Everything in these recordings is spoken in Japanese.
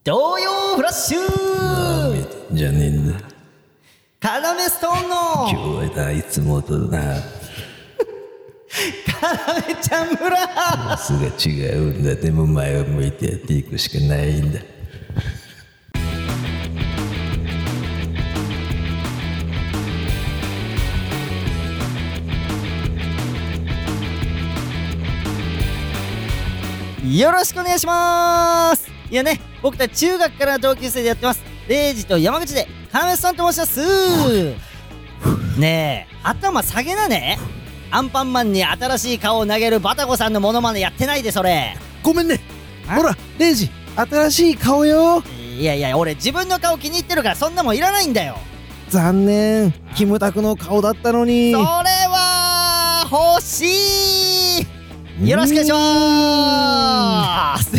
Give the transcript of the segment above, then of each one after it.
童謡フラッシュじゃねえんだ。 カラメストーンの今日はいつもとな。 カラメちゃん村すが違うんだ。でも前を向いてやっていくしかないんだ。 よろしくお願いします。いやね、僕たち中学からの同級生でやってます。レイジと山口でカラメストーンと申しますねえ、頭下げなね。アンパンマンに新しい顔を投げるバタコさんのモノマネやってないでそれ。 ごめんね。ほらレイジ、新しい顔よ。 いやいや、俺自分の顔気に入ってるからそんなもんいらないんだよ。 残念、キムタクの顔だったのに。 それは欲しい。よろしくお願いします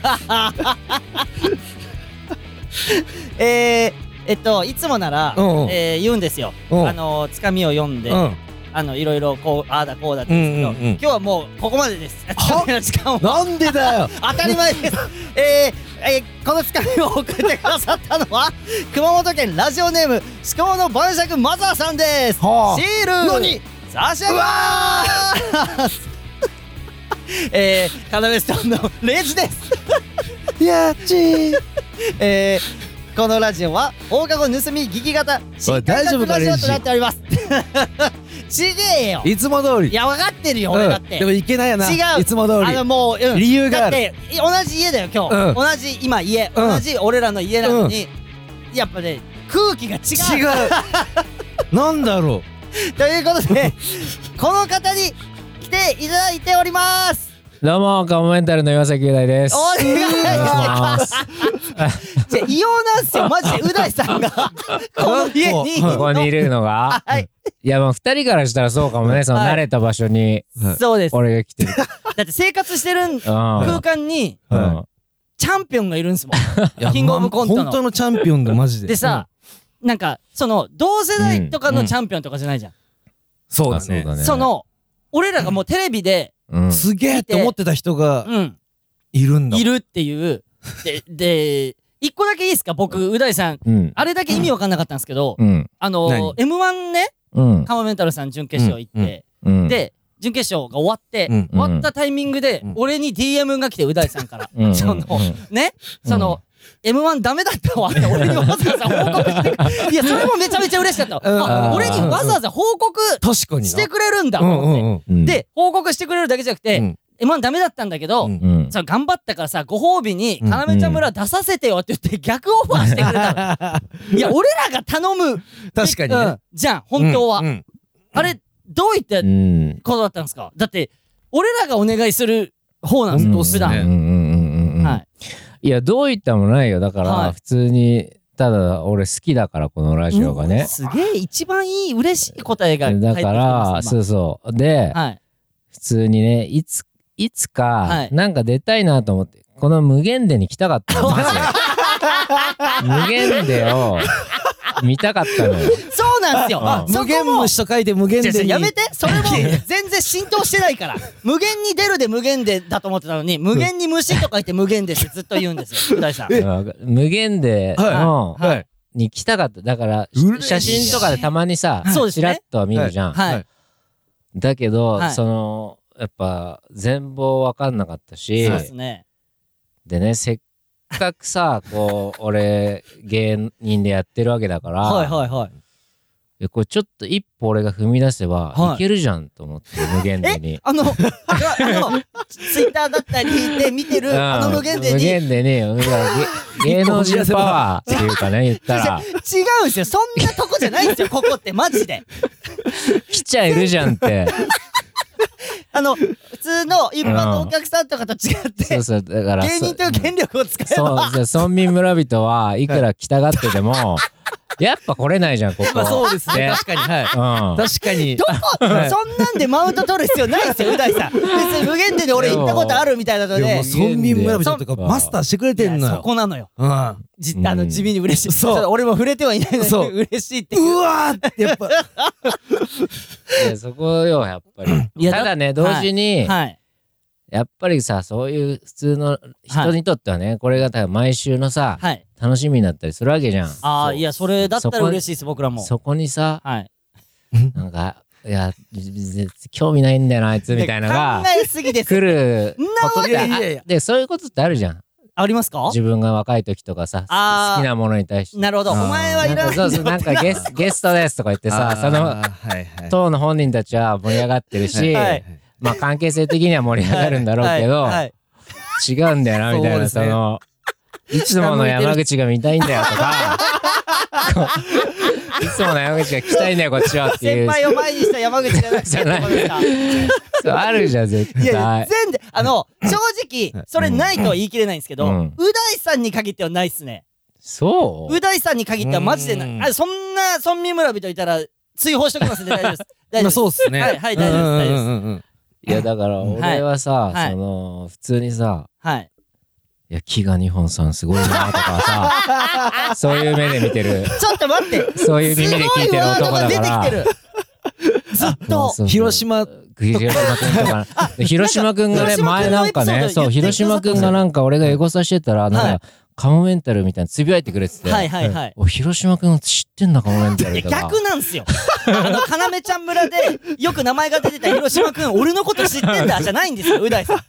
いつもなら、言うんですよ。つかみを読んで、いろいろこうああだこうだって言うんですけど、今日はもうここまでです。つかみの時間をなんでだよ当たり前です。このつかみを送ってくださったのは熊本県ラジオネームしかもの晩酌マザーさんです。シール何差し上げますカラメストーンのレイジですやっちーこのラジオは放課後盗み聞き型新感覚ラジオとなっておりますちげえよ。 いつも通り。 いや分かってるよ俺だって。 でもいけないよな。 違う、 いつも通り。 もう、 理由がある。 だって同じ家だよ今日、同じ今家、同じ俺らの家なのに、やっぱね空気が違う。 違うなんだろうということでこの方に来ていただいております。 どうもカモメンタルの岩崎雄大です。 お願いしますじゃ異様なんすよマジで。う大さんがこの家にここにいるのが、 はい、 いやまあ2人からしたらそうかもね。その慣れた場所にそうです。 俺が来てる。 だって生活してる空間にチャンピオンがいるんすもんキングオブコントの本当のチャンピオンでマジで。 でさ、なんかその同世代とかのチャンピオンとかじゃないじゃん。 そうだね。 その俺らがもうテレビですげえって思ってた人がいるんだ。 いるっていう。で一個だけいいですか僕、う大さん、あれだけ意味わかんなかったんですけど、M1 ね、カモメンタルさん準決勝行って、で準決勝が終わって終わったタイミングで俺に DM が来て、う大さんからそのね、そのM1 ダメだったわって俺にわざわざ報告してくいやそれもめちゃめちゃ嬉しかった。俺にわざわざ報告してくれるんだと思って、で報告してくれるだけじゃなくて、M1 ダメだったんだけど、その頑張ったからさご褒美にカラメちゃん村出させてよって言って逆オファーしてくれたのいや俺らが頼む確かにね、 じゃん本当は。あれどういったことだったんですか。だって俺らがお願いする方なんですよ普段。はい、 いやどういったもないよ。だから普通にただ俺好きだからこのラジオがね。 すげえ一番いい嬉しい答えが返ってきてます。 だからそうそうで、普通にねいつかなんか出たいなと思ってこの無限電に来たかったんですよ無限電を見たかったのよ。 そうなんですよ。 無限虫と書いて無限電に。 やめて、それも全然浸透してないから無限に出るで無限電だと思ってたのに、無限に虫と書いて無限電ってずっと言うんですよう大さん。 無限電のに来たかった。だから写真とかでたまにさチラッと見るじゃん。だけどそのやっぱ全貌分かんなかったし、でねせっかくさこう俺芸人でやってるわけだからこれちょっと一歩俺が踏み出せばいけるじゃんと思って無限電にツイッターだったりで見てる無限電に芸能人パワーっていうかね言ったら違うんですよ。そんなとこじゃないんですよここってマジで来ちゃいるじゃんって普通の一般のお客さんとかと違ってそうだから芸人という権力を使えば村民村人はいくら来たがっててもやっぱ来れないじゃんここ。 そうですね、確かに。確かにどこそんなんでマウント取る必要ないですよう大さん。別に無限電で俺行ったことあるみたいなので、 村民村人とかマスターしてくれてんのよ。 そこなのよ。地味に嬉しい。そう俺も触れてはいないのに嬉しいって。うわーってやっぱそこよやっぱり。ただね同時にやっぱりさ、そういう普通の人にとってはね、これが多分毎週のさ、楽しみになったりするわけじゃん。 ああ、いや、それだったら嬉しいです、僕らも。 そこにさ、なんか、いや、興味ないんだよな、あいつみたいなのが、 考えすぎです。 来ることって、で、そういうことってあるじゃん。 ありますか？ 自分が若い時とかさ、好きなものに対して。 なるほど。お前はいらない。 そうそう、なんかゲストですとか言ってさ、その、当の本人たちは盛り上がってるし、まあ関係性的には盛り上がるんだろうけど、違うんだよな、みたいな、その、いつもの山口が見たいんだよとか、いつもの山口が来たいんだよ、こっちはっていう。 先輩を前にした山口じゃないですか。 そう、あるじゃん、絶対。いや、 全然、正直、それないとは言い切れないんですけど、う大さんに限ってはないっすね。 そう？ う大さんに限ってはマジでない。そんな村民村人いたら追放しときますんで大丈夫です。大丈夫です。 そうっすね。 はい、大丈夫です。大丈夫です。 いや、だから俺はさ、その、普通にさ、いや、飢餓日本さんすごいなとかさ、そういう目で見てる。 ちょっと待って。 そういう耳で聞いてる男だから。 ずっと。 広島くんとか。広島くんがね、前なんかね、そう、広島くんがなんか俺がエゴサしてたら、なんか、カモメンタルみたいなつぶやいてくれてて。お、広島くん知ってんだ、カモメンタルとか。 逆なんすよ。かなめちゃん村でよく名前が出てた広島くん、俺のこと知ってんだじゃないんですよ、う大さん。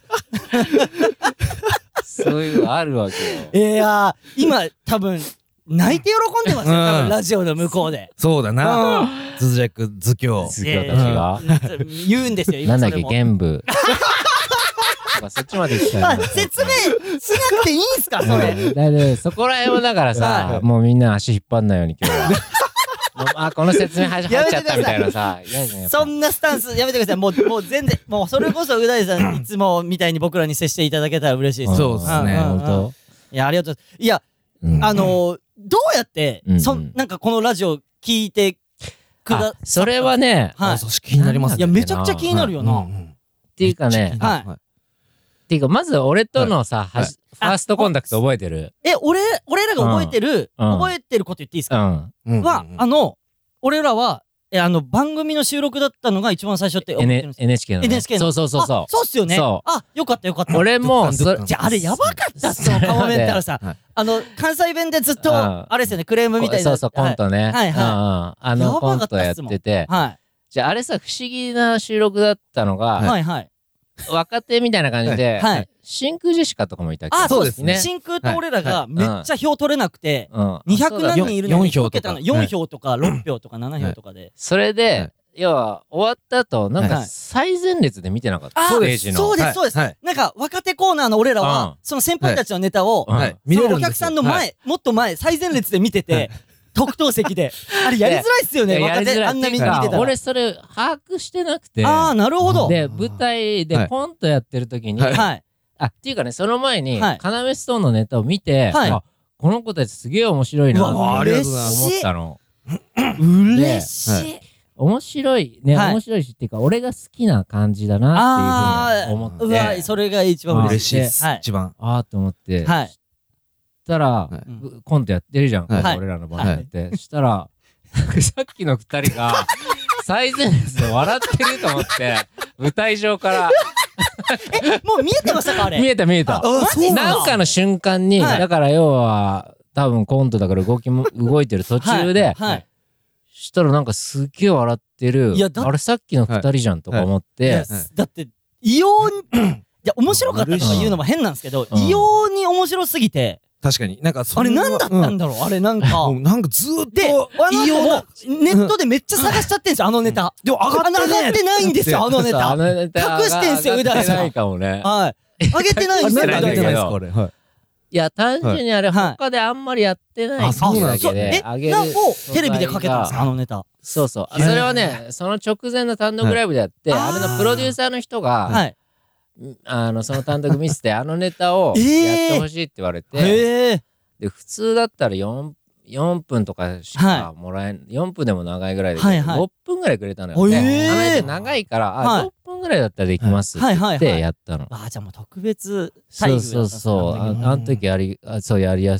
そういうのあるわけよ。 いや今多分泣いて喜んでますよ、多分ラジオの向こうで。 そうだな。ズジャクズキョウたちが言うんですよ。 なんだっけ、玄武。そっちまで行きたい。 説明しなくていいんすか、それ。 だってそこら辺をだからさ、もうみんな足引っ張んないように今日は。あ、この説明入っちゃったみたいなさ。 そんなスタンスやめてください。もう全然、もうそれこそう大さんいつもみたいに僕らに接していただけたら嬉しいです。 そうですね。 本当。 いや、ありがとう。いや、どうやってなんかこのラジオ聞いてくだそれはね、 気になりますね。 いや、めちゃくちゃ気になるよな。 っていうかね、っていうかまず俺とのさ、ファーストコンタクト覚えてる？ 俺らが覚えてること言っていいですか？は、俺らは番組の収録だったのが一番最初って NHK の NHK の。 そうそうっすよね。あ、よかったよかった。 俺もじゃああれやばかったっすよ、カモメンタルさん。関西弁でずっとあれですよね、クレームみたいな。 そうそう、コントね。コントやってて、じゃああれさ、不思議な収録だったのが、若手みたいな感じで、真空ジェシカとかもいたっけ？ あ、そうですね。真空と俺らがめっちゃ票取れなくて、200何人いるのに4票とか6票とか7票とかで。 それで、要は終わった後、なんか最前列で見てなかった。 そうです、そうです。なんか若手コーナーの俺らは、その先輩たちのネタを、そのお客さんの前、もっと前、最前列で見てて、特等席で。あれやりづらいっすよね、若手あんな見てたら。 俺それ把握してなくて。 ああ、なるほど。 で、舞台でコントやってる時に、っていうかね、その前に、カナメストーンのネタを見て、この子たちすげえ面白いなって思ったの。 嬉しい。 面白いね、面白いしっていうか、俺が好きな感じだなっていうふうに思って。 うわ、それが一番嬉しいです。 一番。 ああと思って。したら、コントやってるじゃん、俺らの番組って。したら、さっきの二人が、最前列で笑ってると思って、舞台上から。 もう見えてましたか、あれ？ 見えた。なんかの瞬間に、だから要は、多分コントだから動いてる途中で、したらなんかすっげえ笑ってる。あれさっきの二人じゃんとか思って。 だって、異様に、いや、面白かったとか言うのも変なんですけど、異様に面白すぎて、 確かに。なんかあれ何だったんだろう、あれなんか。 なんかずーっと。 で、ネットでめっちゃ探しちゃってんすよ、あのネタ。 でも上がってないんですよ、あのネタ。隠してんすよ、う大さん。 ないかもね。 はい。上げてないんですよ、 上げてないですか、あれ。 いや、単純にあれ、他であんまりやってないだけで、 もうテレビでかけたんですか、あのネタ。 そうそう。それはね、その直前の単独ライブでやって、あれのプロデューサーの人が、その単独見せて、あのネタをやってほしいって言われて、で、普通だったら4分とかしかもらえん、4分でも長いぐらいで、6分ぐらいくれたのよね。あのネタ長いから、6分ぐらいだったらできますってやったの。 あ、じゃあもう特別待遇だった。そう。あの時やりやす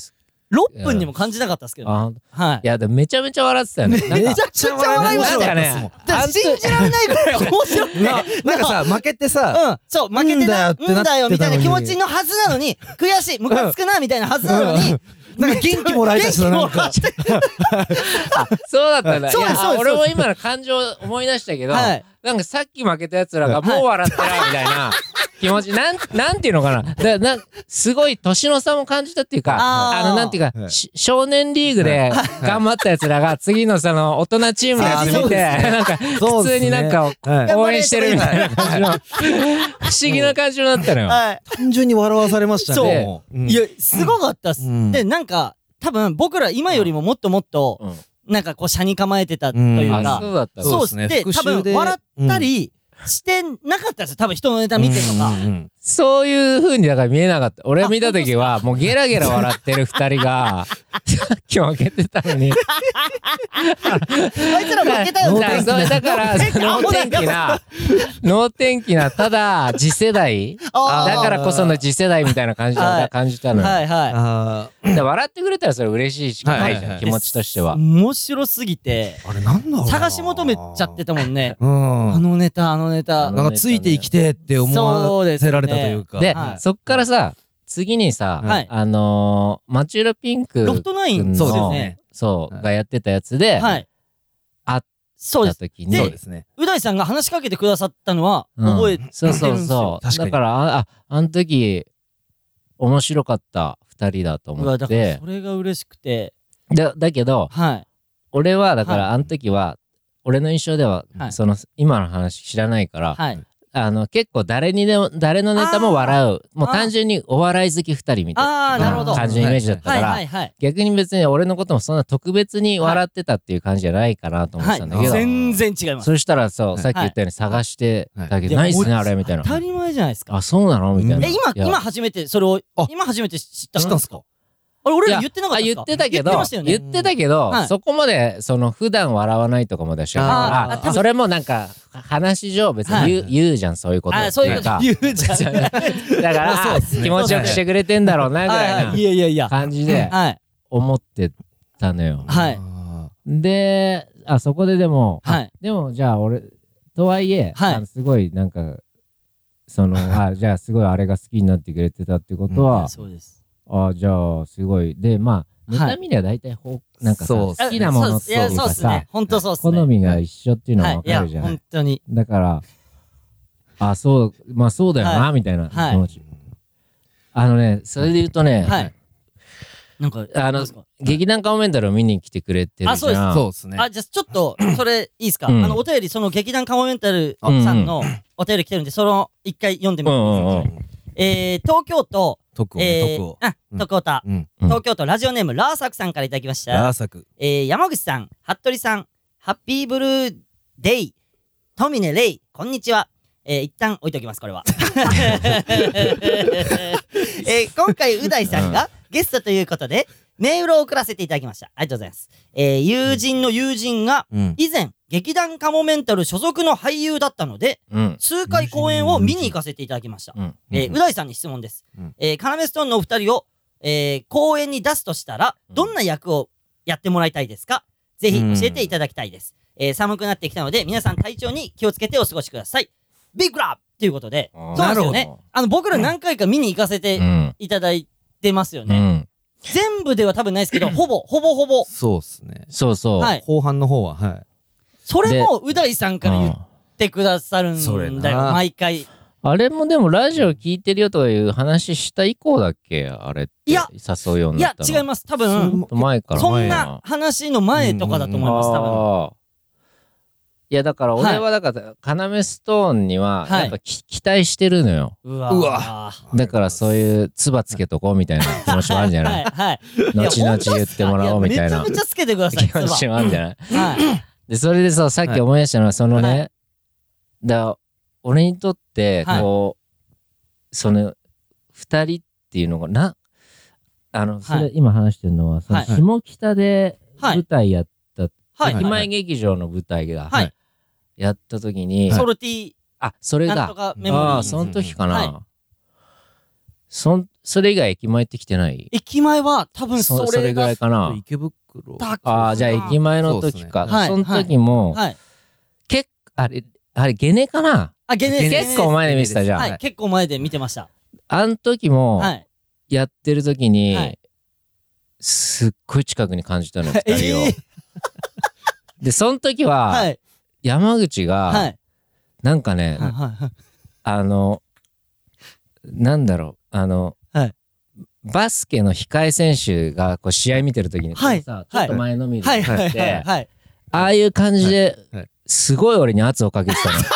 6分にも感じなかったですけど。はい。 いや、でもめちゃめちゃ笑ってたよね。 めちゃくちゃ笑いましたね。信じられないぐらい面白くて。 なんかさ、負けてさ、 そう、負けてな、んだよみたいな気持ちのはずなのに、悔しい、ムカつくなみたいなはずなのに、 なんか元気もらえたしなんか。 そうだったんだ。いや、俺も今の感情思い出したけど、なんかさっき負けたやつらがもう笑ってないみたいな気持ち、なんていうのかな。すごい年の差も感じたっていうか、なんていうか、少年リーグで頑張ったやつらが次のその大人チームのやつ見て、なんか普通になんか応援してるみたいな感じの、不思議な感じになったのよ。 単純に笑わされましたね。 いや、すごかったっす。で、なんか、多分僕ら今よりももっともっと、なんかこう、車に構えてたというか、 そうだった。 そうですね。多分笑ったりしてなかったですよ。多分人のネタ見てとか。 そういう風にだから見えなかった。俺見た時はもうゲラゲラ笑ってる2人がさっき負けてたのにあいつら負けたよね。 だから能天気なただ次世代だからこその次世代みたいな感じたのよ。 はいはい。 笑ってくれたらそれ嬉しいしかないじゃん、気持ちとしては。 面白すぎてあれなんだろう探し求めちゃってたもんね。あのネタなんかついて生きてって思わせられたというか。 で、そっからさ、次にさ、マチュラピンクロフトナインがやってたやつで、会った時に、 う大さんが話しかけてくださったのは覚えてるんですよ。 そう。だから、あの時、面白かった2人だと思って。 それが嬉しくて。 だけど、俺は、だから、あの時は、俺の印象では、その、今の話知らないから、結構誰のネタも笑う。もう単純にお笑い好き2人みたいな感じのイメージだったから、逆に別に俺のこともそんな特別に笑ってたっていう感じじゃないかなと思ってたんだけど、 全然違います。 そしたらさっき言ったように探してたけど、ないっすねあれみたいな。 当たり前じゃないですか。 あ、そうなのみたいな。 今初めてそれを今初めて知ったんですか？あれ俺ら言ってなかったですか？言ってたけど、そこまでその普段笑わないとかまでは知らないから、それもなんか話上別に言うじゃん、そういうことっていうか。 言うじゃん。 だから気持ちよくしてくれてんだろうなぐらいな感じで思ってたのよ。で、そこででもじゃあ俺とはいえすごいなんかそのじゃあすごいあれが好きになってくれてたってことは。 そうです。 じゃあすごい。で、まあネタ見りゃ大体なんかさ、好きなものっていうかさ、好みが一緒っていうのは分かるじゃない。 本当に。 だからまあそうだよなみたいな気持ち。それで言うとね、 なんか劇団カモメンタルを見に来てくれてるじゃん。 そうですね。 じゃあちょっとそれいいですか？お便りその劇団カモメンタルさんのお便り来てるんで、その一回読んでみてください。東京都東京都ラジオネームラーサクさんからいただきました。 ラーサク。 山口さん、服部さん、ハッピーブルーデイ、トミネレイ、こんにちは。一旦置いておきます、これは。今回う大さんがゲストということでメールを送らせていただきました。ありがとうございます。友人の友人が以前劇団カモメンタル所属の俳優だったので、数回公演を見に行かせていただきました。う大さんに質問です。カナメストーンのお二人を公演に出すとしたらどんな役をやってもらいたいですか？ぜひ教えていただきたいです。寒くなってきたので皆さん体調に気をつけてお過ごしください。ビッグラブということで、そうなんですよね。僕ら何回か見に行かせていただいてますよね。全部では多分ないですけど、ほぼ。 そうっすね。 そう。 後半の方は、 それもう大さんから言ってくださるんだよ、毎回。 あれもでもラジオ聞いてるよという話した以降だっけ？あれって誘うようになったの。 いや違います。多分前から。 そんな話の前とかだと思います。多分。 いやだから俺はだからカナメストーンにはやっぱ期待してるのよ。 うわ。 だからそういう唾つけとこうみたいな気持ちもあるんじゃない？後々言ってもらおうみたいな。 めちゃめちゃつけてください。 気持ちもあるんじゃない？でそれでさっき思い出したのはそのね、俺にとってこうその2人っていうのがそれ今話してるのはその下北で舞台やった駅前劇場の舞台がやった時にソルティそれだなんとかメモリーその時かなそれ以外駅前って来てない？ 駅前は多分それぐらいかな。 池袋。 ああ、じゃあ駅前の時か。その時も、あれゲネかな。 ゲネ結構前で見てたじゃん。 はい、結構前で見てました。 あの時もやってる時にすっごい近くに感じたの2人を。でその時は山口がなんかね、なんだろう、バスケの控え選手がこう試合見てる時にさ、ちょっと前のめりになって、ああいう感じですごい俺に圧をかけてたの。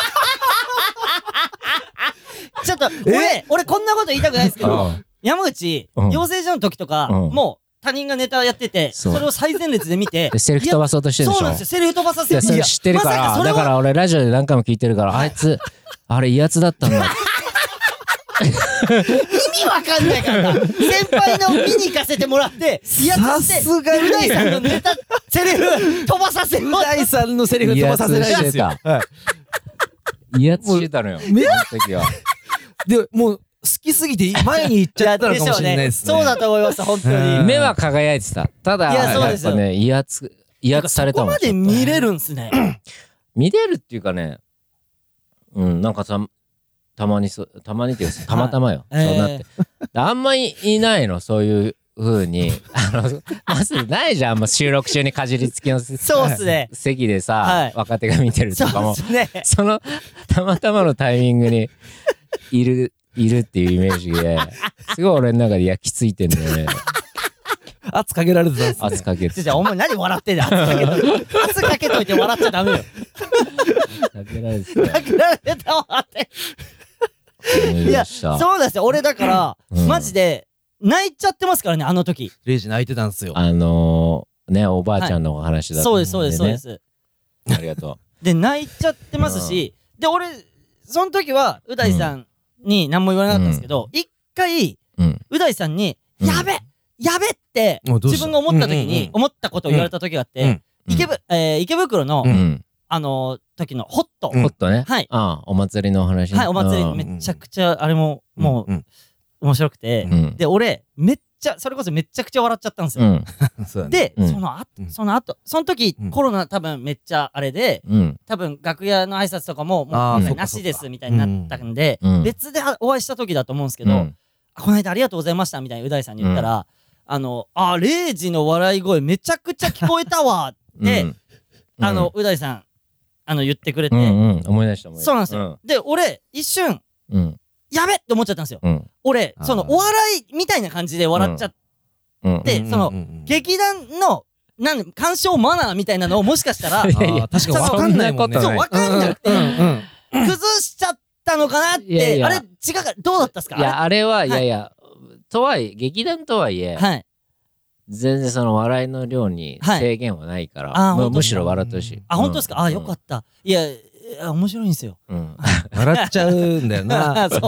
ちょっと俺こんなこと言いたくないですけど、山口養成所の時とかもう他人がネタやってて、それを最前列で見てセリフ飛ばそうとしてるでしょ。 そうなんですよ、セリフ飛ばさせて。 それ知ってるから、だから俺ラジオで何回も聞いてるから、あいつあれ威圧だったんだ。 意味わかんないからな。先輩の見に行かせてもらって威圧して、う大さんのネタセリフ飛ばさせる。う大さんのセリフ飛ばさせないですよ。 威圧してたのよ、その時は。 でもう好きすぎて前に行っちゃったのかもしれないですね。 そうだと思います、本当に。 目は輝いてた。ただやっぱね、威圧されたもん。 そこまで見れるんすね。 見れるっていうかね、なんかたまにっていうかたまたまよ、そうなって。あんまりいないの、そういう風に。まずないじゃん、あんま収録中にかじりつきの席でさ、若手が見てるとかも、そのたまたまのタイミングにいるっていうイメージですごい俺の中で焼き付いてんだよね。 圧かけられてたんですね。 圧かけて。 じゃあお前何笑ってんだ。圧かけといて笑っちゃダメよ。 かけられてた。 かけられたわって。いやそうなんですよ。俺だからマジで泣いちゃってますからね、あの時。 レイジ泣いてたんですよ。 ね、おばあちゃんのお話だった。 そうですそうですそうです。 ありがとう。で泣いちゃってますし、で俺その時はう大さんに何も言わなかったんですけど、一回う大さんにやべって自分が思った時に思ったことを言われた時があって、池袋の時のホットね。はい。お祭りの話。 はい、お祭りめちゃくちゃあれももう面白くて、で俺めっちゃそれこそめちゃくちゃ笑っちゃったんですよ。でその後その時コロナ多分めっちゃあれで、多分楽屋の挨拶とかももうなしですみたいになったんで、別でお会いした時だと思うんですけど、この間ありがとうございましたみたいなう大さんに言ったら、レイジの笑い声めちゃくちゃ聞こえたわってう大さん言ってくれて、 思い出した。 そうなんですよ。で俺一瞬やべって思っちゃったんですよ。俺そのお笑いみたいな感じで笑っちゃって、その劇団の鑑賞マナーみたいなのをもしかしたら確かに分かんないもんね。 そう分かんなくて崩しちゃったのかなって。あれ違うかどうだったっすか？ いやあれはいやいやとはいえ劇団とはいえ全然その笑いの量に制限はないから、むしろ笑ってほしい。 あ、本当ですか？あ、よかった。いや面白いんですよ。 笑っちゃうんだよな。 そう。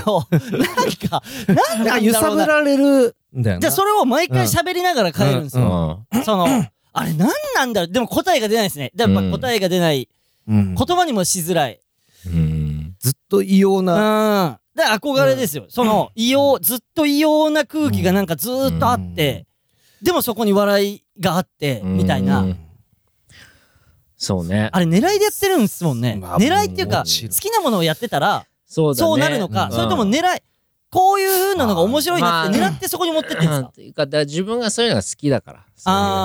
なんか揺さぶられるんだよな。 じゃあそれを毎回喋りながら帰るんですよ。そのあれ何なんだろう。でも答えが出ないですね。やっぱ答えが出ない。言葉にもしづらい。 ずっと異様な。 で憧れですよ。そのずっと異様な空気がなんかずーっとあって、でもそこに笑いがあってみたいな。 そうね。 あれ狙いでやってるんですもんね。狙いっていうか好きなものをやってたらそうなるのか、それとも狙いこういう風なのが面白いなって狙ってそこに持ってってんですか？ っていうか自分がそういうのが好きだから。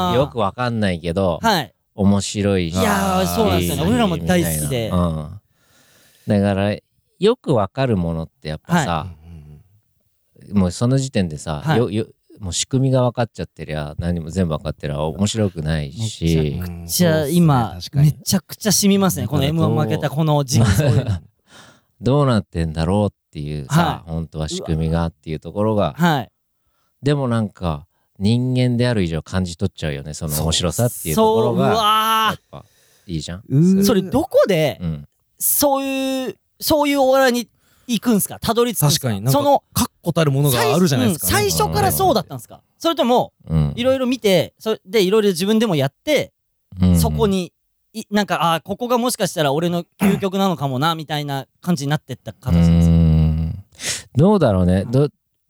よくわかんないけど面白いし。 いやそうなんですよね。俺らも大好きで。 だからよくわかるものってやっぱさ、もうその時点でさ、もう仕組みが分かっちゃってりゃ何も全部分かってりゃ面白くないし。 めちゃくちゃ今めちゃくちゃ染みますね、この M1 負けたこの人生。 どうなってんだろうっていうさ、本当は仕組みがっていうところが、でもなんか人間である以上感じ取っちゃうよね、その面白さっていうところがやっぱいいじゃん。 それどこでそういうお笑いに行くんすか？たどり着くんすか？ 確かにその確固たるものがあるじゃないですか。 最初からそうだったんですか？それともいろいろ見てでいろいろ自分でもやってそこになんかここがもしかしたら俺の究極なのかもなみたいな感じになってった形ですか？ どうだろうね。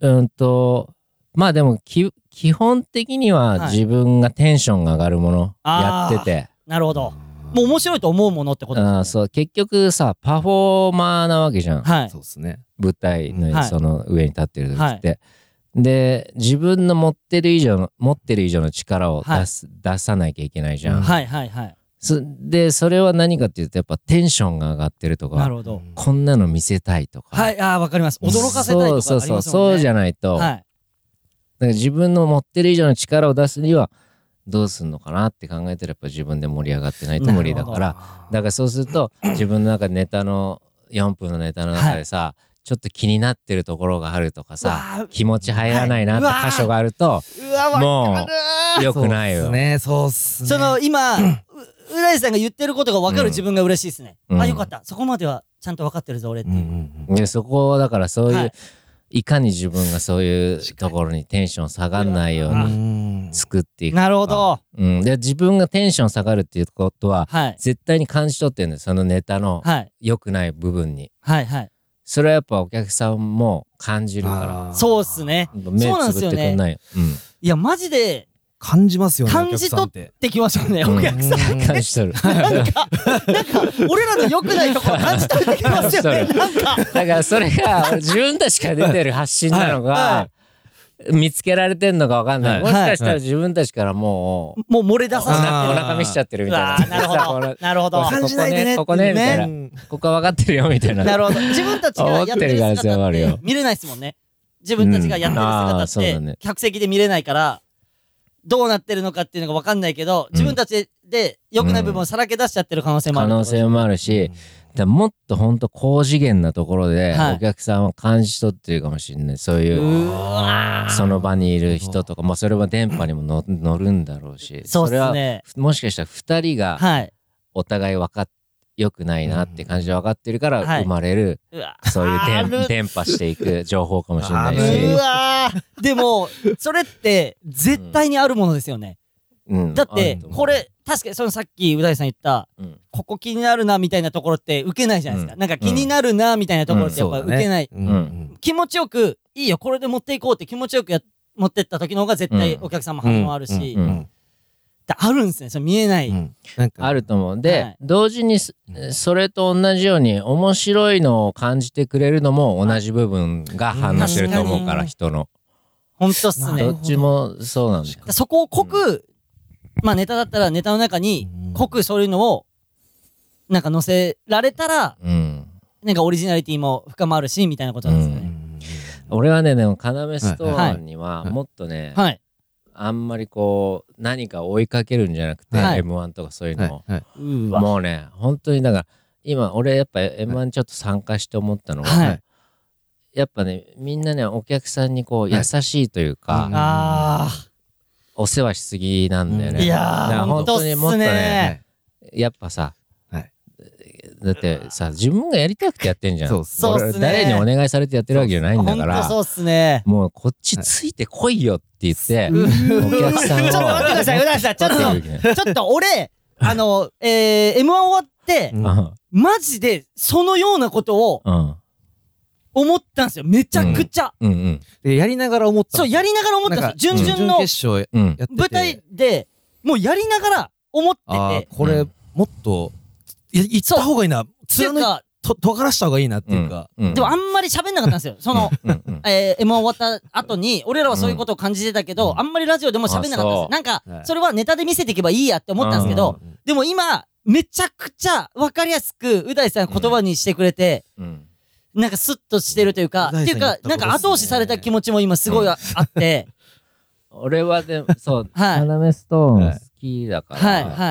まあでも基本的には自分がテンションが上がるものやってて、 なるほど。もう面白いと思うものってことですね。 そう結局さパフォーマーなわけじゃん。 はい。 そうですね。 舞台のその上に立ってる時って、で自分の持ってる以上の力を出さなきゃいけないじゃん。 はいはいはい。 でそれは何かっていうとやっぱテンションが上がってるとか、 なるほど、 こんなの見せたいとか、 はい、わかります。驚かせたいとかありますもんね。 そうじゃないと、だから自分の持ってる以上の力を出すにはどうすんのかなって考えたらやっぱ自分で盛り上がってないと無理だから、だからそうすると自分の中でネタの4分のネタの中でさ、ちょっと気になってるところがあるとかさ、気持ち入らないなって箇所があると、もう良くないよ。 そうっすね。 その今う大さんが言ってることが分かる自分が嬉しいですね。よかった。そこまではちゃんと分かってるぞ俺って。 でそこだからそういう、いかに自分がそういうところにテンション下がんないように作っていく。 なるほど。 で自分がテンション下がるっていうことは、絶対に感じ取ってるんです。そのネタの良くない部分に。それはやっぱお客さんも感じるから。 そうっすね。 目つぶってくんないよ。 いやマジで感じますよね。 感じ取ってきましたね、お客さん。 感じ取る。 なんか俺らの良くないところ感じ取ってきますよね。 だからそれが自分たちから出てる発信なのが見つけられてんのかわかんない。もしかしたら自分たちからもう漏れ出させちゃってる。 お腹見しちゃってるみたいな。 なるほど。なるほど。 感じないでね。 ここねみたいな。ここは分かってるよみたいな。 なるほど。自分たちがやってる姿って見れないですもんね。自分たちがやってる姿って客席で見れないから。どうなってるのかっていうのが分かんないけど、自分たちで良くない部分をさらけ出しちゃってる可能性もある。 可能性もあるし、もっとほんと高次元なところでお客さんは感じ取ってるかもしれない。そういうその場にいる人とか、それは電波にも乗るんだろうし、それはもしかしたら2人がお互い良くないなって感じで分かってるから生まれる、そういう伝播していく情報かもしれないし。 でもそれって絶対にあるものですよね。だってこれ確かにそのさっきう大さん言ったここ気になるなみたいなところって受けないじゃないですか。なんか気になるなみたいなところってやっぱ受けない。気持ちよくいいよこれで持っていこうって気持ちよく持ってった時の方が絶対お客さんも反応あるし。あるんですね。それ見えない。 あると思う。で、同時にそれと同じように面白いのを感じてくれるのも同じ部分が反応してると思うから、人の。 ほんとっすね。 どっちもそうなんだよ。 そこを濃く、ネタだったらネタの中に濃くそういうのをなんか載せられたら、なんかオリジナリティも深まるしみたいなことなんですよね。 俺はね、でも要ストーンにはもっとね、あんまりこう何か追いかけるんじゃなくて、M1 とかそういうのを、もうね本当にだから今俺やっぱ M1 ちょっと参加して思ったのは、やっぱねみんなねお客さんにこう優しいというか、お世話しすぎなんだよね。 いやー本当にもっとねやっぱさ、だってさ自分がやりたくてやってんじゃん。 そうっすね。 誰にお願いされてやってるわけじゃないんだから。 そうっすね。 もうこっちついてこいよって言ってお客さんを。 ちょっと待ってください、う大さん。ちょっと俺M1 終わってマジでそのようなことを思ったんですよ。めちゃくちゃ。 やりながら思った。 そうやりながら思ったんですよ。準々の舞台でもうやりながら思ってて。 これもっと言った方がいいな。貫いとがらした方がいいなっていうか。 でもあんまり喋んなかったんですよ。そのM1 終わった後に俺らはそういうことを感じてたけど、あんまりラジオでも喋んなかったんですよ。なんかそれはネタで見せていけばいいやって思ったんですけど、でも今めちゃくちゃ分かりやすくう大さん言葉にしてくれて、なんかスッとしてるというか、っていうかなんか後押しされた気持ちも今すごいあって。 俺はでもそう要ストーン好きだから。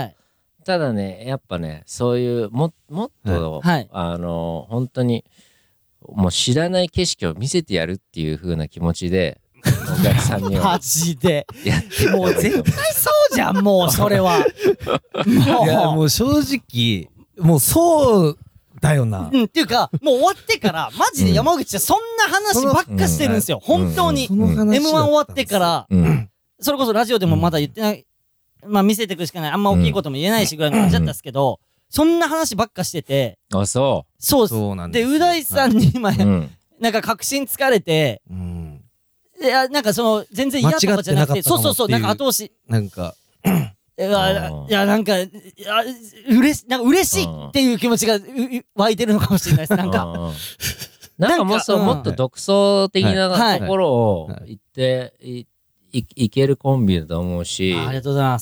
ただねやっぱねそういうもっと本当にもう知らない景色を見せてやるっていう風な気持ちでお客さんにはマジでもう絶対そうじゃん。もうそれはいやもう正直もうそうだよな。 っていうかもう終わってからマジで山口はそんな話ばっかしてるんですよ。本当に M1 終わってからそれこそラジオでもまだ言ってない。見せていくしかない。あんま大きいことも言えないしぐらいの感じだったんですけど、そんな話ばっかしてて。 そうっす。でう大さんに今なんか確信つかれて、 いやなんかその全然嫌とかじゃなくて、そうそうそう、なんか後押しなんかいやなんか嬉しいっていう気持ちが湧いてるのかもしれないです。なんかもっと独創的なところを言っていけるコンビだと思うし、 ありがとうございます。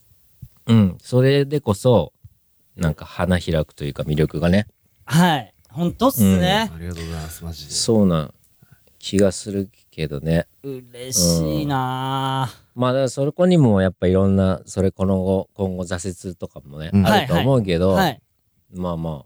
それでこそなんか花開くというか魅力がね、 はい本当っすね、 ありがとうございますマジで。 そうな気がするけどね。 嬉しいな。 まあだからそこにもやっぱいろんな今後挫折とかもね、あると思うけど、まあ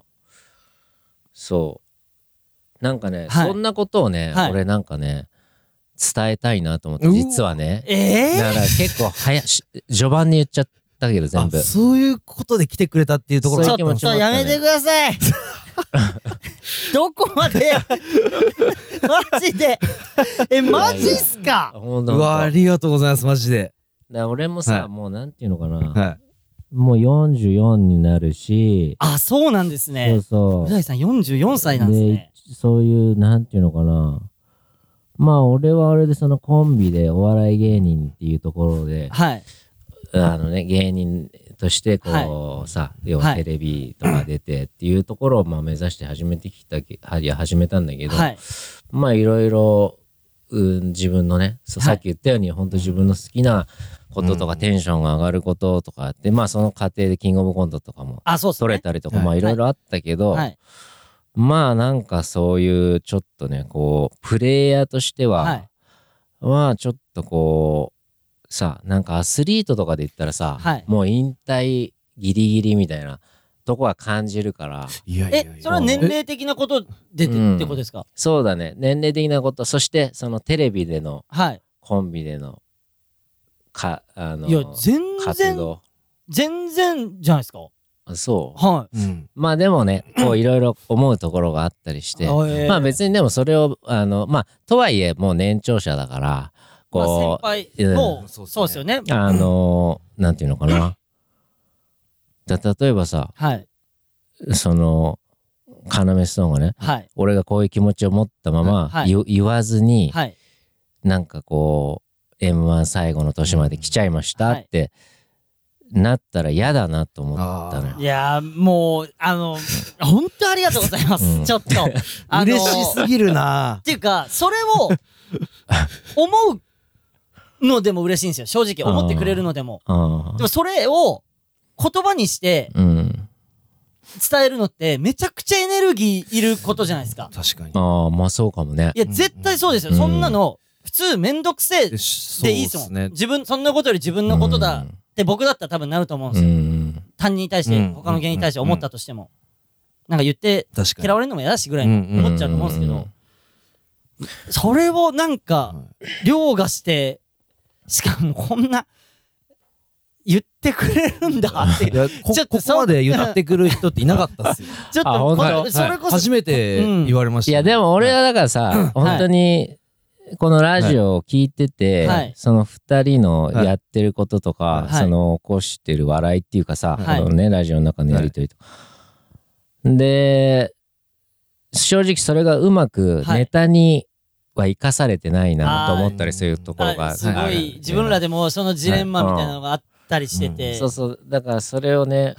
そうなんかね、そんなことをね、俺なんかね伝えたいなと思って、実はね、だから結構序盤に言っちゃったけど全部そういうことで来てくれたっていうところちょっとやめてくださいどこまでマジでマジっすか。 うわありがとうございますマジで。 俺もさ、もうなんていうのかな、もう44になるし。 あ、そうなんですね。 そうそう。 う大さん44歳なんですね。 そういうなんていうのかな、まあ俺はあれでそのコンビでお笑い芸人っていうところで、芸人としてこうさ、要はテレビとか出てっていうところをまあ目指して始めたんだけど、まあいろいろ自分のね、さっき言ったように本当自分の好きなこととかテンションが上がることとかって、まあその過程でキングオブコントとかも取れたりとか、まあいろいろあったけど、まあなんかそういうちょっとねこうプレイヤーとしては、まあちょっとこうさ、なんかアスリートとかで言ったらさ、もう引退ギリギリみたいなとこは感じるから。 それは年齢的なことでってことですか？ そうだね、年齢的なこと、そしてそのテレビでのコンビでのいや全然じゃないですか。 そう、まあでもねこういろいろ思うところがあったりしてまあ別にでもそれをまあとはいえもう年長者だからこう、先輩もそうですよね。 なんていうのかな、例えばさ、その要ストーンがね、俺がこういう気持ちを持ったまま言わずに、なんかこう M1 最後の年まで来ちゃいましたってなったら嫌だなと思ったのよ。 いやもう本当ありがとうございます、ちょっと嬉しすぎるなっていうか、それを思うのでも嬉しいんですよ、正直。思ってくれるのでも。でもそれを言葉にして伝えるのってめちゃくちゃエネルギーいることじゃないですか。 確かに。 まあそうかもね。 いや絶対そうですよ、そんなの普通めんどくせえでいいですもん。そんなことより自分のことだって僕だったら多分なると思うんですよ。他人に対して他の芸人に対して思ったとしても、なんか言って嫌われるのも嫌だしぐらい思っちゃうと思うんですけど、それをなんか凌駕して、しかもこんな言ってくれるんだってここまで言ってくる人っていなかったっすよ。 ちょっとそれこそ初めて言われました。 いやでも俺はだからさ、本当にこのラジオを聞いてて、その2人のやってることとか、その起こしてる笑いっていうかさ、このねラジオの中のやりとりとかで、正直それがうまくネタには生かされてないなと思ったりするところがすごい自分らでもそのジレンマみたいなのがあったりしてて、 そうそう、だからそれをね、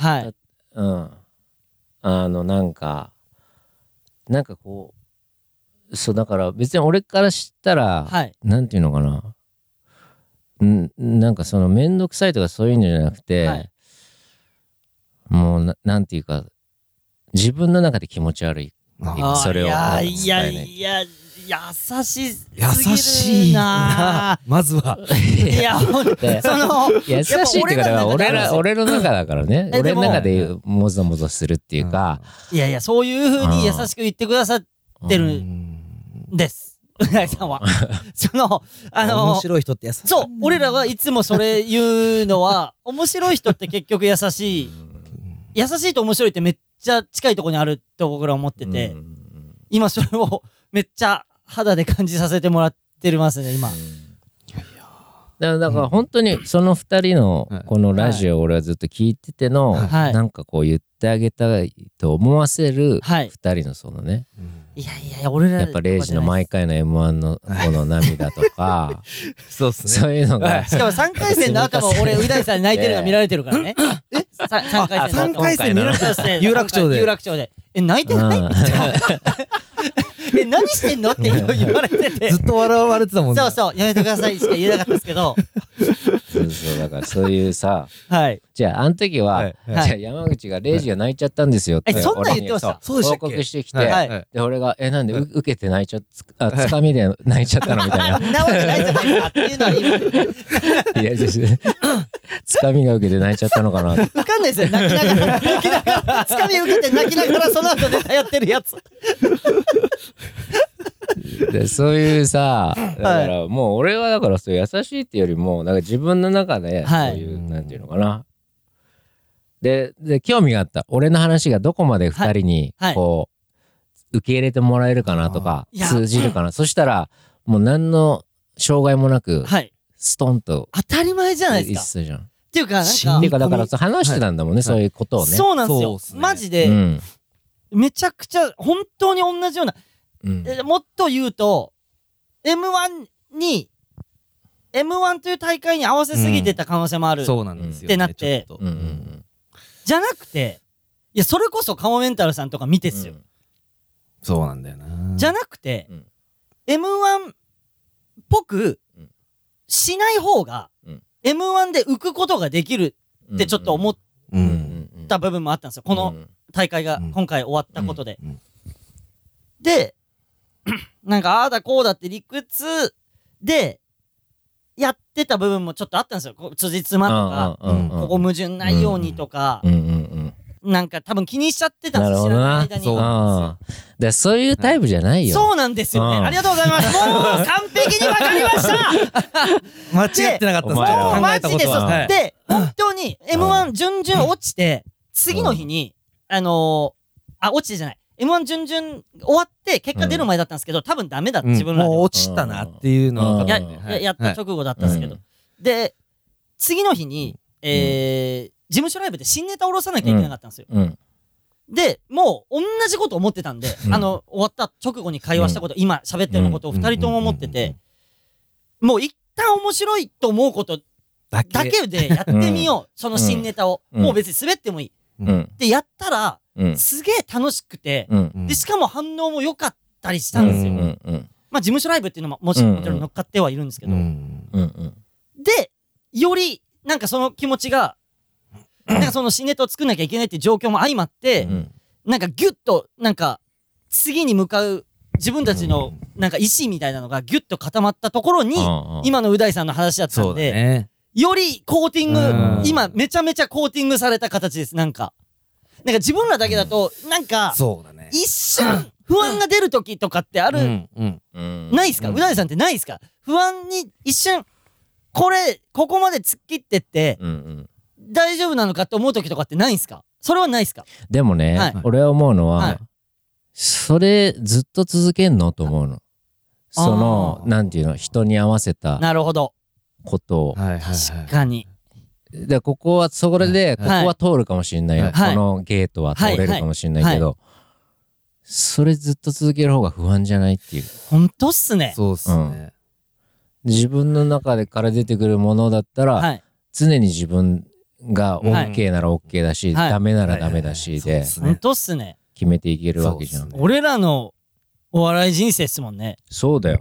なんかこう、そうだから別に俺から知ったら、なんていうのかな、なんかそのめんどくさいとかそういうんじゃなくて、もうなんていうか自分の中で気持ち悪い、それを伝えない。 いや優しいなまずは。いやほんとその優しいっていうか俺の中だからね、俺の中でもぞもぞするっていうか、 いやそういう風に優しく言ってくださってるです、うなぎさんは。その面白い人って優しい。 そう、俺らはいつもそれ言うのは、面白い人って結局優しいと面白いってめっちゃ近いところにあるって僕ら思ってて、今それをめっちゃ肌で感じさせてもらってますね今。 だから本当にその2人のこのラジオを俺はずっと聞いてての、なんかこう言ってあげたいと思わせる2人のそのね、 いや俺らやっぱ0時の毎回の M1 のこの涙とかそうっすね、 そういうのがしかも3回戦の後も俺う大さんに泣いてるのが見られてるからね。3回戦見られてる有楽町で泣いてない何してんのって言われててずっと笑われてたもんね。 そうやめてくださいしか言えなかったですけどそうだからそういうさ、じゃああの時はじゃあ山口が0時が泣いちゃったんですよってそんな言ってました。 報告してきて、で俺がなんで受けて泣いちゃったつかみで泣いちゃったのみたいななわけないじゃないですかっていうのは言う。 いやつかみが受けて泣いちゃったのかな。 分かんないですよ。泣きながらつかみ受けて泣きながらその後ネタやってるやつ。 でそういうさ、だからもう俺はだからそう優しいっていうよりもなんか自分の中でそういうなんていうのかな。で興味があった。俺の話がどこまで2人にこう受け入れてもらえるかなとか通じるかな。そしたらもう何の障害もなくストンと当たり前じゃないですか。 じゃん。 っていうかなんかだから話してたんだもんね、そういうことをね。 そうなんですよ。マジでめちゃくちゃ本当に同じような。もっと言うと M1 という大会に合わせすぎてた可能性もあるってなって、じゃなくていやそれこそカモメンタルさんとか見てっすよ。 そうなんだよな。 じゃなくて M1 っぽくしない方が M1 で浮くことができるってちょっと思った部分もあったんですよ、この大会が今回終わったことで。でなんかああだこうだって理屈でやってた部分もちょっとあったんですよ。辻褄とかここ矛盾ないようにとかなんか多分気にしちゃってたんですよ、知らない間に。 でそういうタイプじゃないよ。 そうなんですよね。ありがとうございます。もう完璧に分かりました間違ってなかったです。 もうマジでそう。で本当に M1 準々落ちて次の日に落ちてじゃない、M1 準々終わって結果出る前だったんですけど、多分ダメだって自分らでもう落ちたなっていうのをやった直後だったんですけど、で次の日に事務所ライブで新ネタ下ろさなきゃいけなかったんですよ。でもう同じこと思ってたんで、終わった直後に会話したこと、今喋ってることを2人とも思ってて、もう一旦面白いと思うことだけでやってみよう、その新ネタを。もう別に滑ってもいいでやったらすげえ楽しくて、でしかも反応も良かったりしたんですよ。まあ事務所ライブっていうのももちろん乗っかってはいるんですけど、でよりなんかその気持ちがなんかその新ネタを作んなきゃいけないっていう状況も相まって、なんかギュッとなんか次に向かう自分たちのなんか意志みたいなのがギュッと固まったところに今のう大さんの話だったんで、よりコーティング、今めちゃめちゃコーティングされた形です。なんか自分らだけだとなんか一瞬不安が出る時とかってあるないっすか？う大さんってないっすか？不安に一瞬ここまで突っ切ってって大丈夫なのかって思う時とかってないんすか？それはないっすか？ でもね、俺は思うのは、それずっと続けんのと思うの。そのなんていうの、人に合わせたことを。 確かに。 でここはそれでここは通るかもしれないよ、このゲートは通れるかもしれないけど、それずっと続ける方が不安じゃないっていう。 本当っすね。 そうっすね。 自分の中でから出てくるものだったら、常に自分が OK なら OK だし、ダメならダメだしで本当っすね。 決めていけるわけじゃん。 俺らのお笑い人生っすもんね。 そうだよ。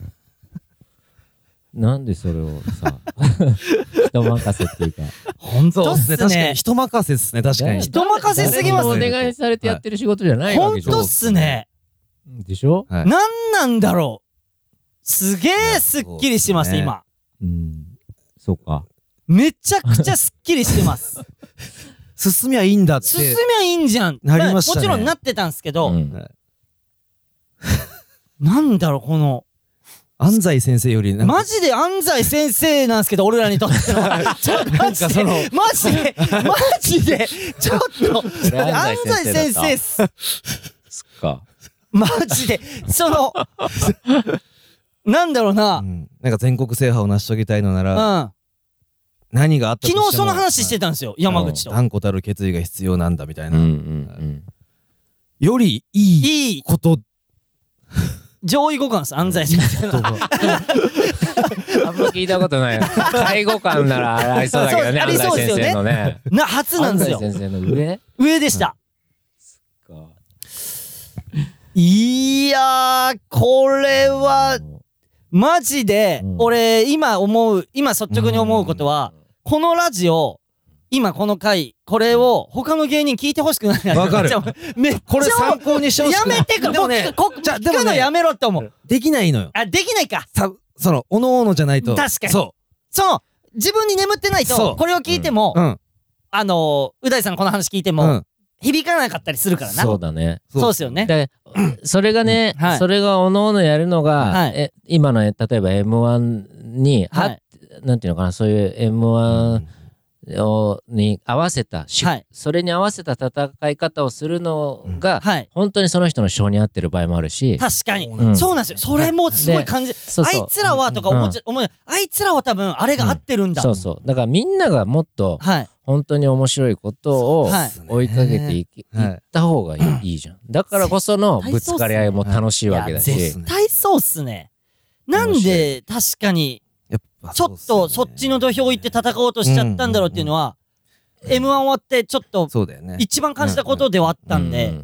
なんでそれをさ人任せっていうか。 本当っすね。 確かに人任せっすね。確かに人任せすぎます。 お願いされてやってる仕事じゃないわけじゃん。 本当っすね。 でしょ？ なんなんだろう。すげえすっきりしてます今。 そうか。 めちゃくちゃすっきりしてます。 進みはいいんだって。 進みはいいんじゃん。 なりましたね。 もちろんなってたんすけど、なんだろうこの。 安西先生よりマジで安西先生なんすけど、俺らにとってはマジでちょっと安西先生っす。 そっか。 マジでそのなんだろうな、 なんか全国制覇を成し遂げたいのなら、何があったとしても昨日その話してたんですよ、山口と。 断固たる決意が必要なんだみたいな。よりいいこと上位互換です、安西先生の。 あんま聞いたことないよ。介護官ならありそうだけどね、安西先生のね。 初なんですよ。 安西先生の上でした。いやー、これはマジで俺今率直に思うことは、このラジオ今この回これを他の芸人聞いてほしくないな。 わかる。 めっちゃこれ参考にしてほしくない。 やめてくれ。でもね、聞くのやめろって思う。 できないのよ。 できないか。 そのおのおのじゃないと。 確かに。その自分に眠ってないとこれを聞いても、う大さんのこの話聞いても響かなかったりするからな。 そうだね。 そうですよね。 でそれがね、それがおのおのやるのが今の例えば M1 になんていうのかな、そういう M1に合わせた、それに合わせた戦い方をするのが本当にその人の性に合ってる場合もあるし。 確かにそうなんですよ。それもすごい感じ。あいつらはとか思う、あいつらは多分あれが合ってるんだ。 そうそう。だからみんながもっと本当に面白いことを追いかけていった方がいいじゃん。だからこそのぶつかり合いも楽しいわけだし。 絶対そうっすね。なんで確かにちょっとそっちの土俵行って戦おうとしちゃったんだろうっていうのは M1 終わってちょっと一番感じたことではあったんで。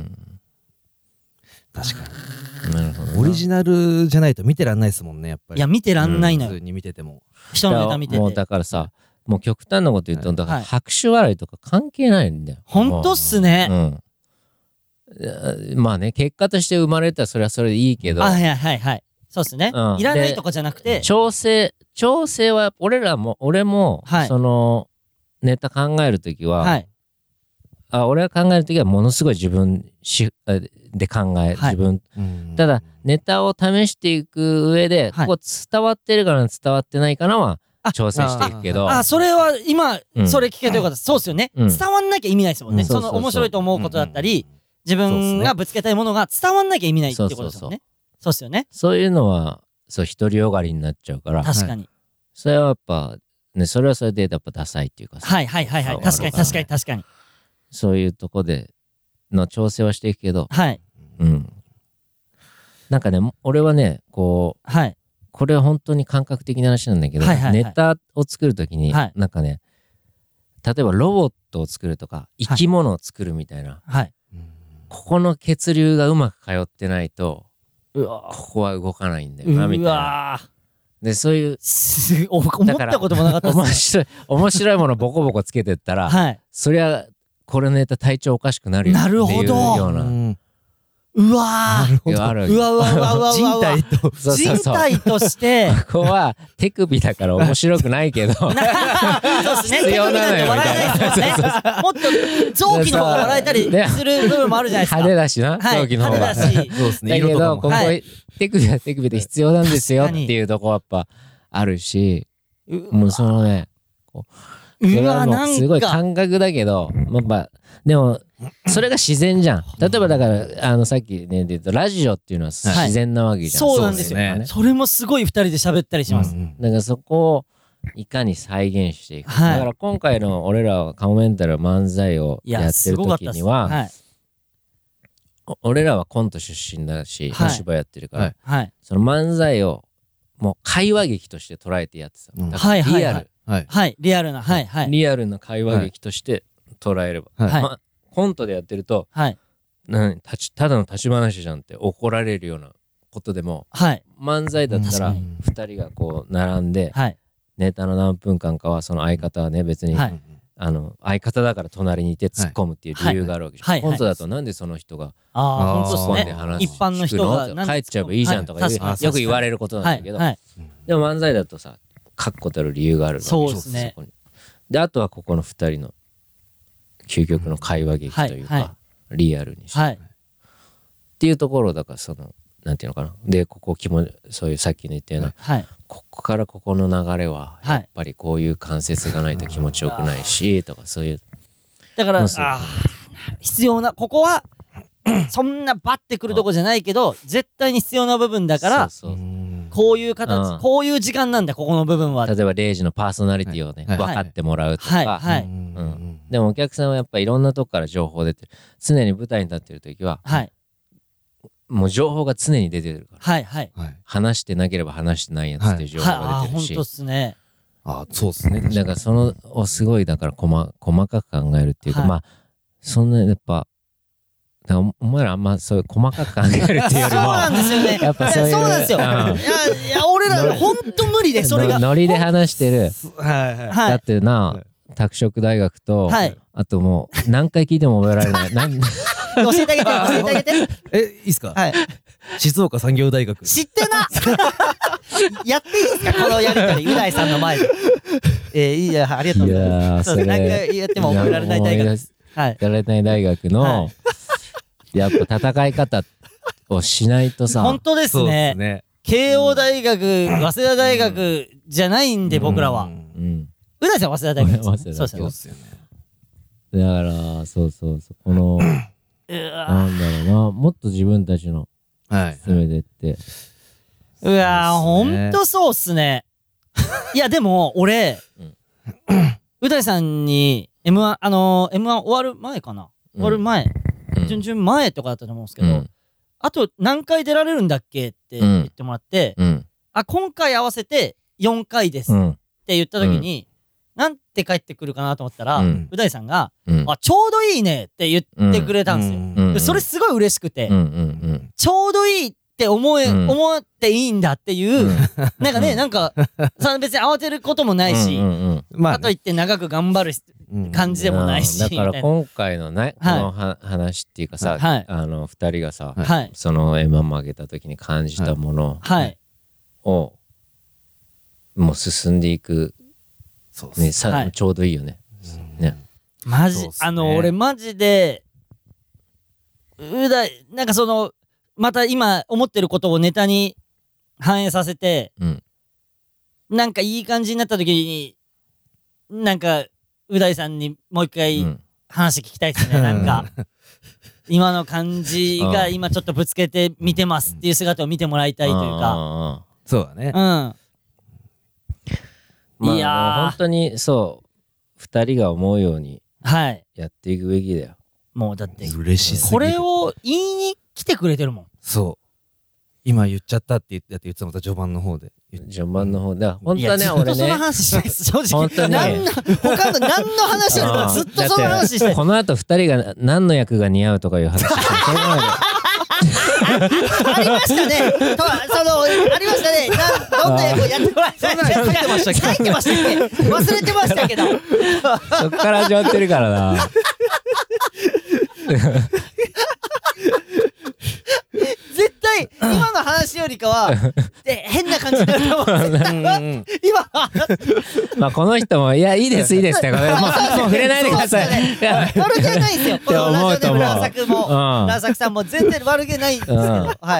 確かにオリジナルじゃないと見てらんないですもんね、やっぱり。 いや見てらんないのよ、 普通に見てても。 人のネタ見てて。 もうだからさ、もう極端なこと言うと、だから拍手笑いとか関係ないんだよ。 ほんとっすね。 まあね、結果として生まれたらそれはそれでいいけど。 はいはいはい。そうっすね。いらないとかじゃなくて。 調整は俺もそのネタ考えるときは、俺が考えるときはものすごい自分で考え、自分。ただネタを試していく上で、ここ伝わってるかな伝わってないかなは調整していくけど。 それは今それ聞けてよかった。そうっすよね。伝わんなきゃ意味ないですもんね。その面白いと思うことだったり、自分がぶつけたいものが伝わんなきゃ意味ないってことですよね。そうっすよね。 そういうのは独りよがりになっちゃうから。 確かに。 それはやっぱね、それはそれでやっぱダサいっていうかさ。 はいはいはいはい。確かに確かに確かに。 そういうとこでの調整はしていくけど。なんかね、俺はね、これは本当に感覚的な話なんだけど、ネタを作るときに、なんかね、例えばロボットを作るとか、生き物を作るみたいな。ここの血流がうまく通ってないと、ここは動かないんだよなみたいな。でそういう思ったこともなかったです。面白いものボコボコつけてったら、そりゃこれのネタ体調おかしくなるよっていうような。 うわー、うわ人体としてここは手首だから面白くないけど必要なのよみたいな。 もっと臓器の方が笑えたりする部分もあるじゃないですか。 派手だしな、臓器の方が。だけどここ手首は手首で必要なんですよっていうとこやっぱあるし、もうそのね、それはもうすごい感覚だけど、やっぱでもそれが自然じゃん。例えばだからさっきね言うとラジオっていうのは自然なわけじゃん。 そうなんですよね。それもすごい2人で喋ったりします。 だからそこをいかに再現していく。だから今回の俺らはカモメンタル漫才をやってる時には、俺らはコント出身だしお芝居やってるから、その漫才をもう会話劇として捉えてやってた。リアル。 リアルな、 リアルな会話劇として捉えれば、コントでやってると、ただの立ち話じゃんって怒られるようなことでも、漫才だったら2人がこう並んで、ネタの何分間かはその相方はね別に、相方だから隣にいて突っ込むっていう理由があるわけじゃん。コントだとなんでその人が突っ込んで話すの？一般の人が帰っちゃえばいいじゃんとかよく言われることなんだけど、でも漫才だとさ確固たる理由があるわけ。 そうですね。 であとはここの2人の究極の会話劇というか、リアルにして、っていうところだからそのなんていうのかな。でここそういうさっきの言ったような、ここからここの流れはやっぱりこういう関節がないと気持ちよくないしとかそういう。 だから必要なここはそんなバッてくるとこじゃないけど絶対に必要な部分だからここういう形、こういう時間なんだここの部分は。 例えば0時のパーソナリティをね、分かってもらうとか。でもお客さんはやっぱいろんなとこから情報出てる。常に舞台に立ってる時は、もう情報が常に出てるから。話してなければ話してないやつっていう情報が出てるし。 本当っすね。 そうですね。 だからそのをすごいだから細かく考えるっていうか、まあそんなやっぱお前らあんまそういう細かく考えるっていうよりもそうなんですよね。 やっぱそういうそうなんですよ。いや俺ら本当無理でそれがノリで話してる。だってな拓殖大学とあともう何回聞いても覚えられない。 教えてあげて教えてあげて。 いいっすか。静岡産業大学。 知ってな。やっていいですかこのやりとりう大さんの前で。いいやありがとうございます。何回やっても覚えられない大学。 やられない大学のやっぱ戦い方をしないとさ。 本当ですね。慶応大学、早稲田大学じゃないんで僕らは。う大さんは早稲田大学。そうですよね。 だからそうこのなんだろうな、もっと自分たちの進めてって。 うわーほんとそうっすね。いやでも俺う大さんに M1 終わる前かな、終わる前準々前とかだったと思うんですけど、あと何回出られるんだっけって言ってもらって、今回合わせて4回ですって言った時になんて帰ってくるかなと思ったら、う大さんがちょうどいいねって言ってくれたんですよ。それすごい嬉しくて、ちょうどいいって思っていいんだっていうなんかね、なんか別に慌てることもないし、かといって長く頑張る感じでもないし、 だから今回のねこの話っていうかさ、2人がさそのM1も上げた時に感じたものをもう進んでいくね、ちょうどいいよね。 マジ俺マジでなんかそのまた今思ってることをネタに反映させて、なんかいい感じになった時になんかう大さんにもう一回話聞きたいですね。なんか今の感じが今ちょっとぶつけて見てますっていう姿を見てもらいたいというか。 そうだね。 いやー本当にそう2人が思うようにやっていくべきだよ。 もうだって嬉しすぎる。 これを言いに来てくれてるもん。 そう今言っちゃったって言ってたまた序盤の方で。 序盤の方で本当はね俺ねその話したいです正直。 本当に他の何の話よりもずっとその話したい。 この後2人が何の役が似合うとかいう話してありましたね。ありましたね。どんな役をやってもらいたい。書いてましたっけ？忘れてましたけど。 そっから始まってるからな。 絶対今の話よりかは変な感じになると思う。今まあこの人もいやいいですってこれもう触れないでください。 悪気ないんですよ。このラジオネームラーサクもラーサクさんも全然悪気ないんですけど、はい。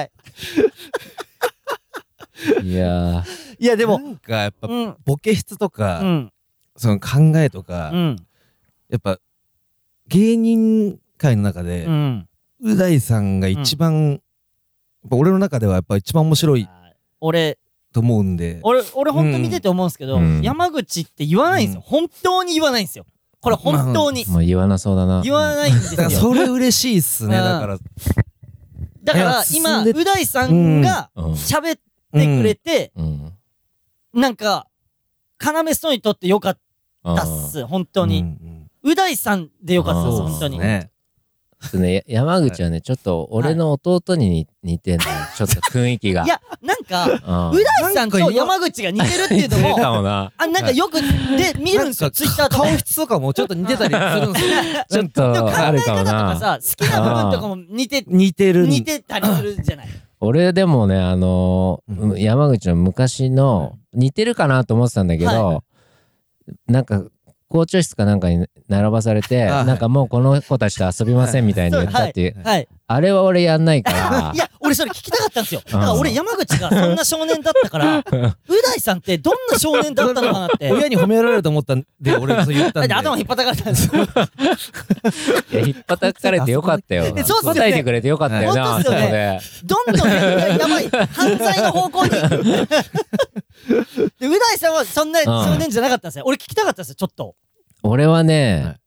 いやでもなんかやっぱボケ質とかその考えとかやっぱ芸人界の中でう大さんが一番俺の中ではやっぱ一番面白いと思うんで、 俺本当見てて思うんですけど、山口って言わないんですよ。本当に言わないんですよ。これ本当にもう言わなそうだな。 言わないんですよ。 それ嬉しいっすね。だから今う大さんが喋ってくれてなんか要ストにとってよかったっす。本当にう大さんでよかったっす。本当に山口はねちょっと俺の弟に似てんのよ。ちょっと雰囲気が。 いやなんかう大さんと山口が似てるっていうのもなんかよくで見るんですよ。ツイッターとか顔質とかもちょっと似てたりするんですよ。 ちょっとあるかもな。 好きな部分とかも似てたりするじゃない。 俺でもね山口の昔の似てるかなと思ってたんだけど、なんか校長室かなんかに並ばされてなんかもうこの子たちと遊びませんみたいに言ったっていう、あれは俺やんないから。 いや俺それ聞きたかったんですよ。だから俺山口がそんな少年だったからう大さんってどんな少年だったのかなって。 親に褒められると思ったんで俺そう言ったんで。 頭引っ叩かれたんですよ。 いや引っ叩かれてよかったよ。答えてくれてよかったよな。 どんどんやばい犯罪の方向に。でう大さんはそんな少年じゃなかったんですよ。俺聞きたかったんですよちょっと。 俺はね、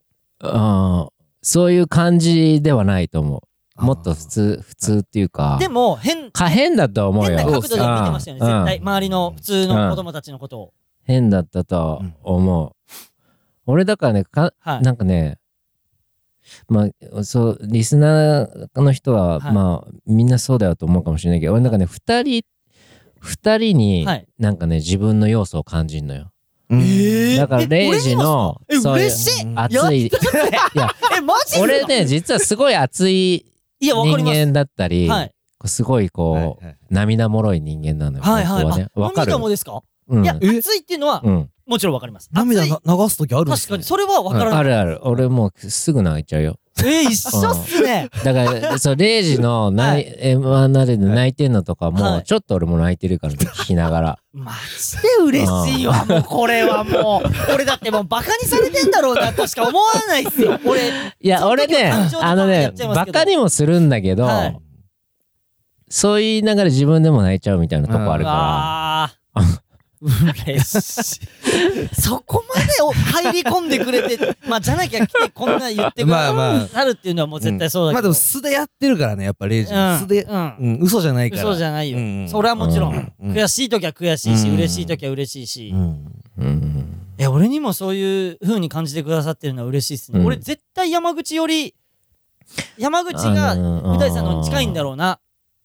そういう感じではないと思う。もっと普通っていうか。 でも変だと思うよ。変な角度で見てましたよね絶対。周りの普通の子供たちのことを。 変だったと思う。俺だからねなんかね、まあそうリスナーの人はまあみんなそうだよと思うかもしれないけど、俺なんかね2人になんかね自分の要素を感じるのよ。だからレイジのそういう熱い、いや俺ね実はすごい熱い人間だったり、すごいこう涙もろい人間なのよ。 はいはい。 わかる。 涙もですか？いや熱いっていうのはもちろんわかります。 涙流す時あるんですか？ 確かにそれはわからない。 あるある。俺もうすぐ泣いちゃうよ。 一緒っすね。 だからそうレイジのM1で泣いてんのとかもちょっと俺も泣いてるから聞きながら。 マジで嬉しいわもうこれはもう俺だってもうバカにされてんだろうなとしか思わないっすよ俺。 いや俺ねバカにもするんだけど、そう言いながら自分でも泣いちゃうみたいなとこあるから。 嬉しい。そこまで入り込んでくれて、まあじゃなきゃ来てこんな言ってくださるっていうのはもう絶対そうだけど。 まあでも素でやってるからねやっぱレイジ素で嘘じゃないから。 嘘じゃないよ。それはもちろん悔しい時は悔しいし嬉しい時は嬉しいし。俺にもそういう風に感じてくださってるのは嬉しいですね。俺絶対山口より山口がう大さんのに近いんだろうな。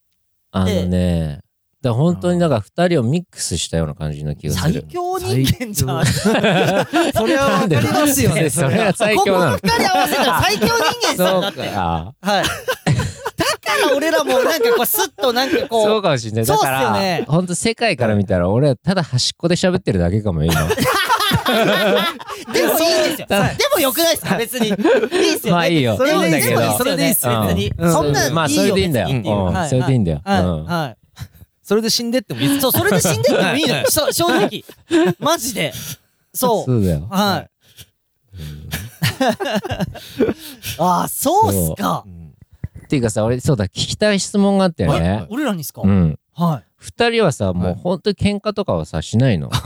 だ本当になんか2人をミックスしたような感じの気がする。 最強人間じゃん。 それは分かりますよね。 それは最強なの。 ここ2人合わせたら最強人間さんだって。はい。だから俺らもなんかこうスッとなんかこう。 そうかもしれない。だから本当世界から見たら俺はただ端っこで喋ってるだけかも今。 でもいいんですよ。でもよくないですか別に。いいですよ。 まあいいよ。 それでいいんだけど。 それでいいです別に。そんなんいいよ。 まあそれでいいんだよ。それでいいんだよ。 はい。 それで死んでってもいいです。 そう、それで死んでってもいいのよ。正直。マジで。そう。 そうだよ。 はい。ああ、そうっすか。 っていうかさ、俺、そうだ、聞きたい質問があってね。 俺らにっすか？ うん。 はい。 2人はさ、もう本当に喧嘩とかはさ、しないの？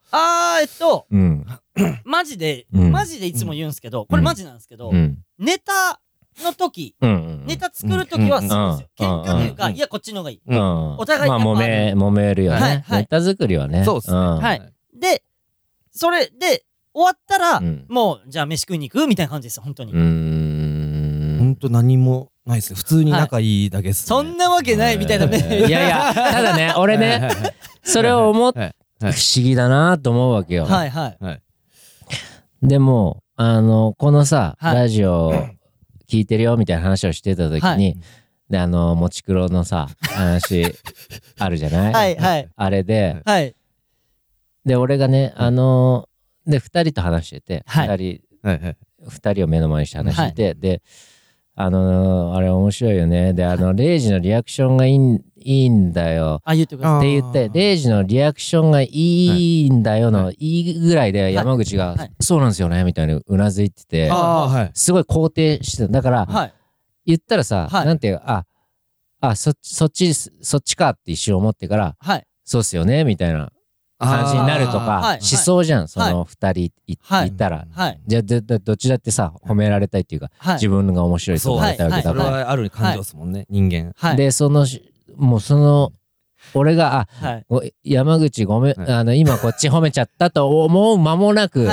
マジでいつも言うんすけど、これマジなんですけど、ネタの時、ネタ作る時はそうですよ。喧嘩というか、いやこっちの方がいい。お互いまあ揉めるよね。ネタ作りはね。 そうっすね。 はい。で、それで終わったらもうじゃあ飯食いに行くみたいな感じですよ本当に。 本当何もないですね。普通に仲いいだけです。 そんなわけないみたいなね。 いやいや、ただね、俺ね、それを思って不思議だなと思うわけよ。 はいはい。 でもこのさラジオ聞いてるよみたいな話をしてた時に、でもちくろのさ話あるじゃない？ はいはい。 あれで、で俺がねで2人と話してて、2人を目の前にして話してて、であれ面白いよね。でレイジのリアクションがいいんだよって言って、レイジのリアクションがいいんだよのいいぐらいで山口がそうなんですよねみたいにうなずいてて、すごい肯定してた。だから言ったらさ、なんていうそっちかって一瞬思ってから、そうっすよねみたいな感じになるとかしそうじゃん、その2人言ったら。じゃあどっちだってさ褒められたいっていうか、自分が面白いと思われたいわけだから。 それはある感情ですもんね、人間。 でもう俺が山口ごめん今こっち褒めちゃったと思う間もなく、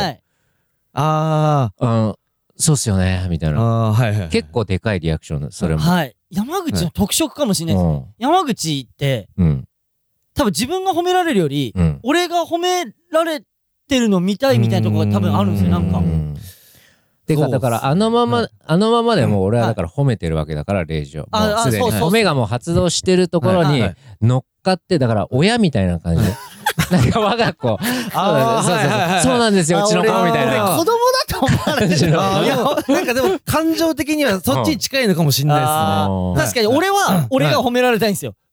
そうっすよねみたいな、結構でかいリアクションそれも。 山口の特色かもしれないです。山口って多分自分が褒められるより俺が褒められてるの見たいみたいなところが多分あるんですよなんか。てかだからあのままでも俺はだから褒めてるわけだからレイジをもうすでに褒めがもう発動してるところに乗っかって、だから親みたいな感じでなんか我が子そうなんですようちの子みたいな。 俺子供だとなんかでも感情的にはそっちに近いのかもしれないですね。 確かに俺が褒められたいんですよ。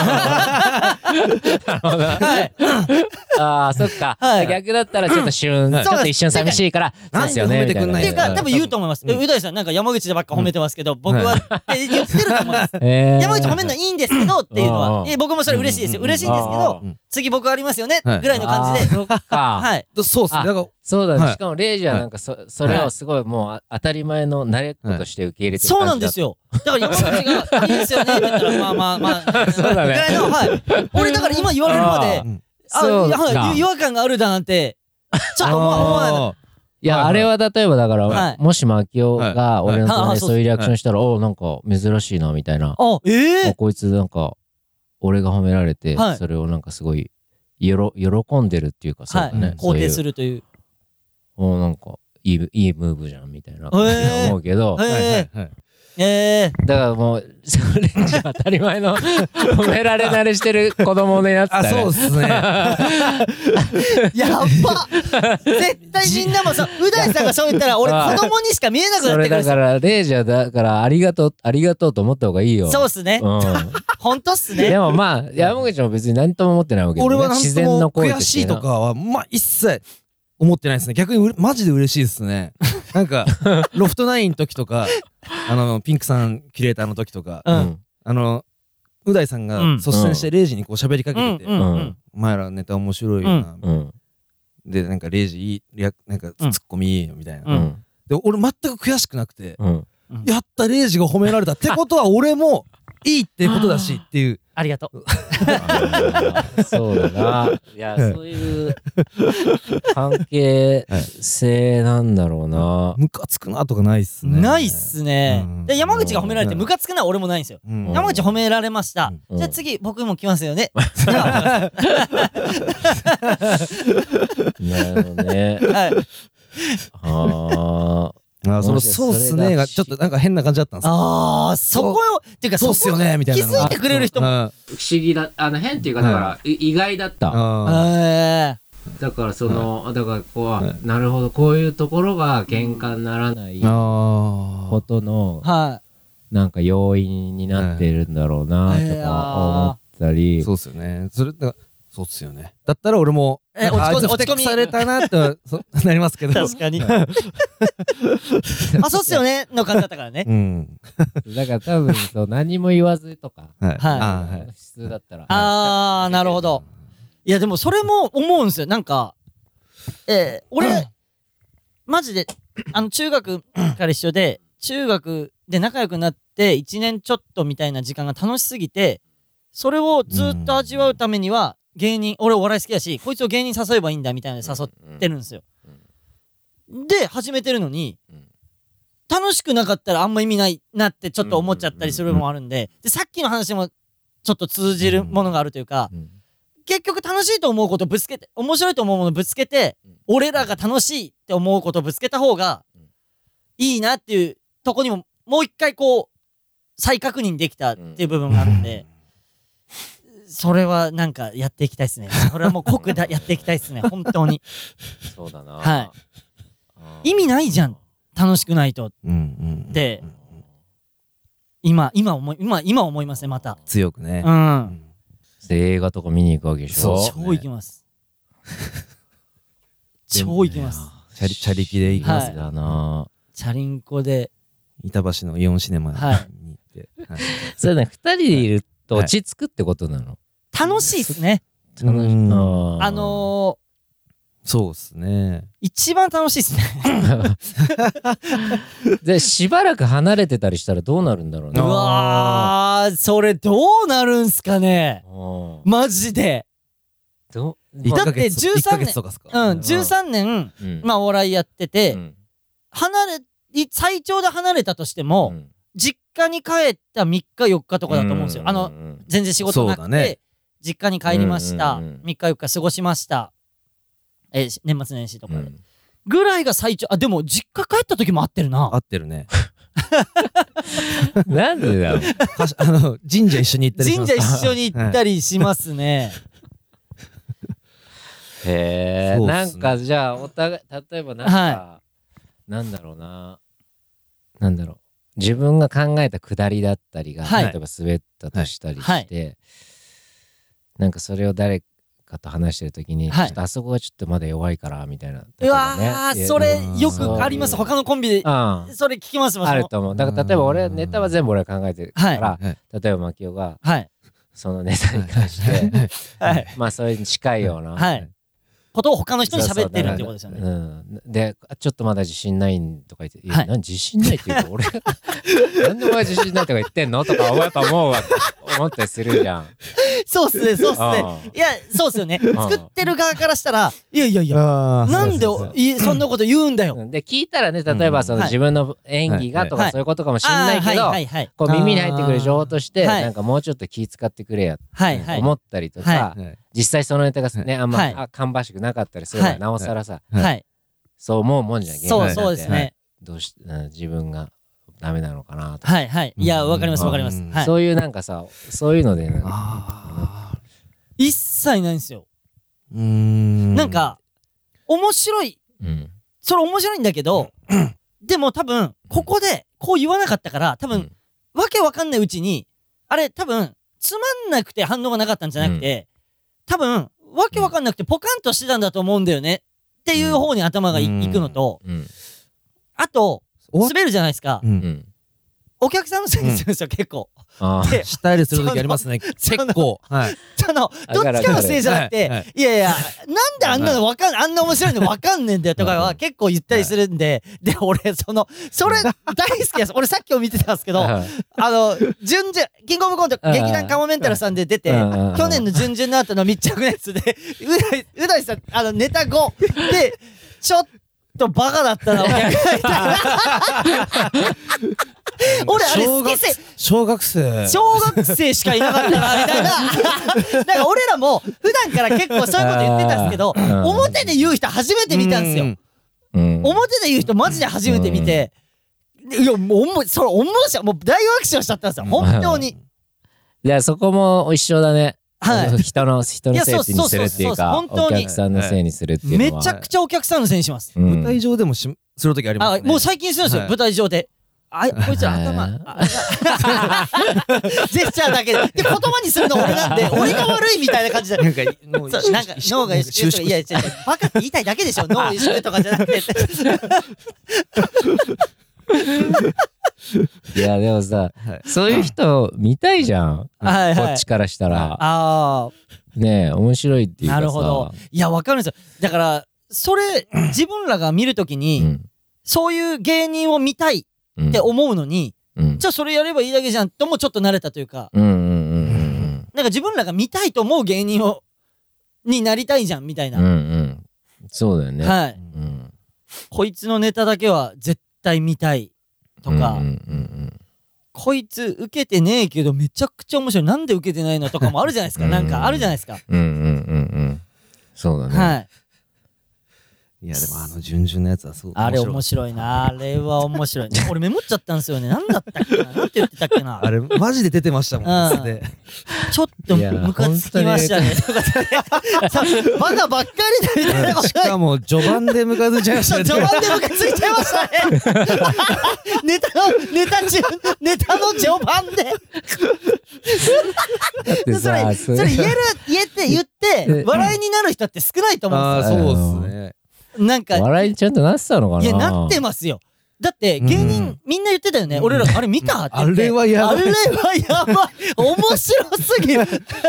ああ、そっか。逆だったらちょっとちょっと一瞬寂しいからそうですよねみたいな。 っていうか多分言うと思います。う大さんなんか山口でばっか褒めてますけど、僕はって言ってると思います。山口褒めるのいいんですけどっていうのは、僕もそれ嬉しいですよ。嬉しいんですけど、次僕ありますよねぐらいの感じで。 そっか。 はい。 そうっすね。 そうだね。しかもレイジはなんかそれをすごいもう当たり前の慣れっことして受け入れてる。 そうなんですよ。だから山口がいいですよねって言ったらまあそうだね。 ぐらいの俺だから今言われるまで違和感があるだなんてちょっと思わない。 いやあれは例えばだからもしマキオが俺の隣でそういうリアクションしたらおなんか珍しいなみたいな。こいつなんか俺が褒められてそれをなんかすごい喜んでるっていうかそうだね。 肯定するという。 なんかいいムーブじゃんみたいな思うけど。だからもうそれじゃ当たり前の褒められ慣れしてる子供のやつだね。 そうっすね。 やっば絶対みんなもそうう大さんがそう言ったら俺子供にしか見えなくなってくる。 それだからレイジはだからありがとうと思った方がいいよ。 そうっすね。本当っすね。 でもまあ山口も別に何とも思ってないわけどね。 俺は何とも悔しいとかはまあ一切思ってないですね。逆にマジで嬉しいですね。なんかロフトナインの時とかピンクさんキュレーターの時とかう大さんが率先してレイジにこう喋りかけててお前らネタ面白いよなでなんかレイジいいなんかツッコミいいよみたいなで俺全く悔しくなくてやったレイジが褒められたってことは俺もいいってことだしっていう。 ありがとう。 そうだな。いやそういう関係性なんだろうな。 ムカつくなとかないっすね。 ないっすね。で山口が褒められてムカつくな俺もないんですよ。山口褒められました。じゃあ次僕も来ますよね。 なるほどね。 はい。そうっすねがちょっとなんか変な感じだったんですよ。 そこよっていうかそうっすよねみたいな気づいてくれる人も不思議だ変っていうかだから意外だった。だからだからこうなるほどこういうところが喧嘩にならないことのなんか要因になってるんだろうなとか思ったり。 そうっすよね。そうっすよね。だったら俺も落ち込みされたなってなりますけど。 確かに。そうっすよねの感じだったからね。 だから多分何も言わずとか普通だったら。 なるほど。いやでもそれも思うんですよ。なんか俺マジで中学から一緒で中学で仲良くなって1年ちょっとみたいな時間が楽しすぎてそれをずっと味わうためには芸人俺お笑い好きだしこいつを芸人誘えばいいんだみたいなので誘ってるんですよ。で始めてるのに楽しくなかったらあんま意味ないなってちょっと思っちゃったりするのもあるんでさっきの話もちょっと通じるものがあるというか結局楽しいと思うことぶつけて面白いと思うものぶつけて俺らが楽しいって思うことぶつけた方がいいなっていうとこにももう一回こう再確認できたっていう部分があるんでそれはなんかやっていきたいですね。それはもう濃くやっていきたいですね。本当に。 そうだな。 はい。意味ないじゃん。楽しくないと。で、今思いますね。また。 強くね。 映画とか見に行くわけでしょ。 超行きます。超行きます。 チャリキで行きますだな。 チャリンコで。 板橋のイオンシネマに行って。 それね2人でいると落ち着くってことなの。 楽しいっすね。 そうっすね。 一番楽しいっすね。 でしばらく離れてたりしたらどうなるんだろうね。 うわーそれどうなるんすかね。マジで。だって13年まあお笑いやってて最長で離れたとしても実家に帰った3日4日とかだと思うんですよ。全然仕事なくて実家に帰りました3日4日過ごしました年末年始とかでぐらいが最長。でも実家帰った時も会ってるな。 会ってるね。 なんでだろう。 神社一緒に行ったりします。 神社一緒に行ったりしますね。 へえ。なんかじゃあお互い例えばなんかなんだろう自分が考えたくだりだったりが、例えば滑ったとしたりして、なんかそれを誰かと話してる時に、ちょっとあそこがちょっとまだ弱いからみたいな、 うわーそれよくあります。他のコンビでそれ聞きますもん。 あると思う。だから例えば俺ネタは全部俺が考えてるから、例えばマキオがそのネタに関してまあそれに近いようなことを他の人に喋ってるってことですよね。 でちょっとまだ自信ないとか言って「何自信ないっていうか俺なんでお前自信ないとか言ってんの?」とかやっぱ思ったりするじゃん。 そうっすね。いやそうっすよね。作ってる側からしたらいやなんでそんなこと言うんだよ。 で聞いたらね、例えばその自分の演技がとかそういうことかもしれないけど、こう耳に入ってくる情報としてなんかもうちょっと気使ってくれやって思ったりとか、実際そのネタがねあんま芳しくなかったりすればなおさらさ、そう思うもんじゃん。 そうですね。 どうして自分がダメなのかなとか。 いやわかります。 そういうなんかさ、そういうので一切ないんですよ。なんか面白い、それ面白いんだけど、でも多分ここでこう言わなかったから多分わけわかんないうちにあれ多分つまんなくて反応がなかったんじゃなくて、多分わけわかんなくてポカンとしてたんだと思うんだよねっていう方に頭がいくのと、あと滑るじゃないですか。お客さんのせいにするんですよ結構。 したりする時ありますね結構。どっちかのせいじゃなくて、いやなんであんなのあんな面白いの分かんねえんだよとかは結構言ったりするんで、で俺それ大好きです。俺さっきも見てたんですけど、キングオブコント劇団カモメンタルさんで出て、去年の準々の後の密着のやつでう大さんネタ後でちょっとバカだったなお客さんいたら俺あれ小学生しかいなかったなみたいな。なんか俺らも普段から結構そういうこと言ってたんですけど、表で言う人初めて見たんですよ。表で言う人マジで初めて見て、いやもうそれ思うしもう大爆笑しちゃったんですよ本当に。 いやそこも一緒だね。人のせいにするっていうか、お客さんのせいにするっていうのはめちゃくちゃお客さんのせいにします。 舞台上でもする時ありますね。 もう最近するんですよ舞台上で。こいつら頭ジェスチャーだけで言葉にするの俺なんで俺が悪いみたいな感じでなんか脳が萎縮とかいやバカって言いたいだけでしょ脳萎縮とかじゃなくていやでもさそういう人見たいじゃんこっちからしたら。ねえ面白いっていうかさ。 なるほど。いやわかるんですよ。だからそれ自分らが見るときにそういう芸人を見たいって思うのに、じゃあそれやればいいだけじゃんともちょっと慣れたというか、なんか自分らが見たいと思う芸人になりたいじゃんみたいな。 そうだよね。 こいつのネタだけは絶対見たいとか、こいつ受けてねえけどめちゃくちゃ面白いなんで受けてないのとかもあるじゃないですか。なんかあるじゃないですか。 そうだね。 いやでも準々のやつはそうあれ面白いな。あれは面白い。俺メモっちゃったんですよね。なんだったっけな。なんて言ってたっけな。 あれマジで出てましたもん。 ちょっとムカつきましたね。バカばっかりだみたいな。 しかも序盤でムカついちゃいましたね。 序盤でムカついちゃいましたね。ネタの序盤で。それ言って笑いになる人って少ないと思うんですよ。 そうですね。 なんか笑いにちゃんとなってたのかな。 いやなってますよ。だって芸人みんな言ってたよね。俺らあれ見たって言って。 あれはやばい。 面白すぎる。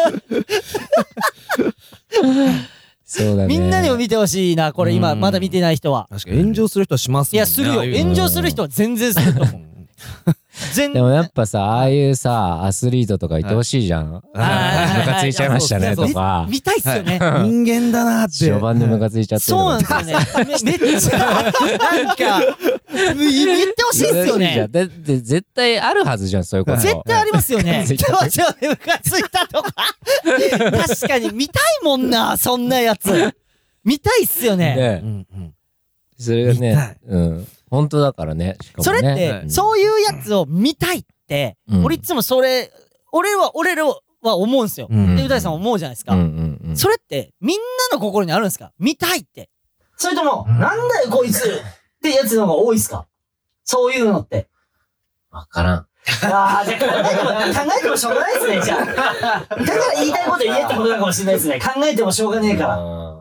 そうだね。 みんなにも見てほしいなこれ今まだ見てない人は。 確かに炎上する人はしますもんね。 いやするよ。炎上する人は全然すると思う。 でもやっぱさああいうさアスリートとかいてほしいじゃん。ムカついちゃいましたねとか見たいっすよね。 人間だなって序盤でムカついちゃってる。 そうなんですよね。めっちゃなんか言ってほしいっすよね。 だって絶対あるはずじゃんそういうこと。 絶対ありますよね。表情でムカついたとか確かに見たいもんな。そんなやつ見たいっすよね。 それがね本当だからね。 それってそういうやつを見たいって俺いつも俺らは思うんすよ。でう大さん思うじゃないですか。それってみんなの心にあるんですか見たいって。それともなんだよこいつってやつの方が多いっすか？そういうのって。 わからん。 じゃあ考えてもしょうがないですね、じゃあ。だから言いたいこと言えってことなのかもしれないですね。考えてもしょうがねえから。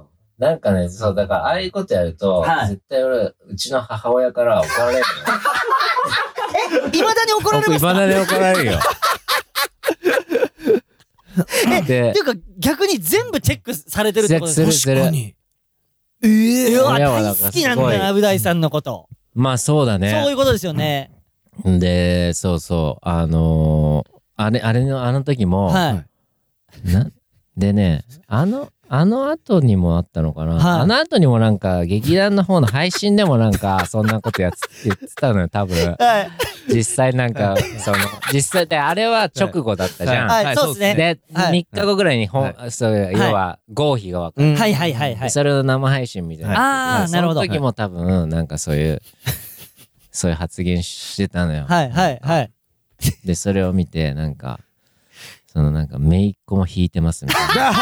なんかね、そう、だからああいうことやると、絶対俺、うちの母親から怒られるの。未だに怒られますか？ 未だに怒られるよ。 っていうか逆に全部チェックされてるってことですか？ 確かに。 大好きなんだな、う大さんのこと。 まあそうだね。 そういうことですよね。 で、そうそう、あの時も、でね、あの後にもあったのかな、あの後にもなんか劇団の方の配信でもなんかそんなこと言ってたのよ多分、実際なんか実際であれは直後だったじゃん、 そうですね。 で3日後ぐらいに要は合否が分かる、 はいはいはいはい、 それを生配信みたいな、 なるほど。 その時も多分なんかそういう発言してたのよ。 はいはいはい。 でそれを見てなんかなんか姪っ子も弾いてますみたいな。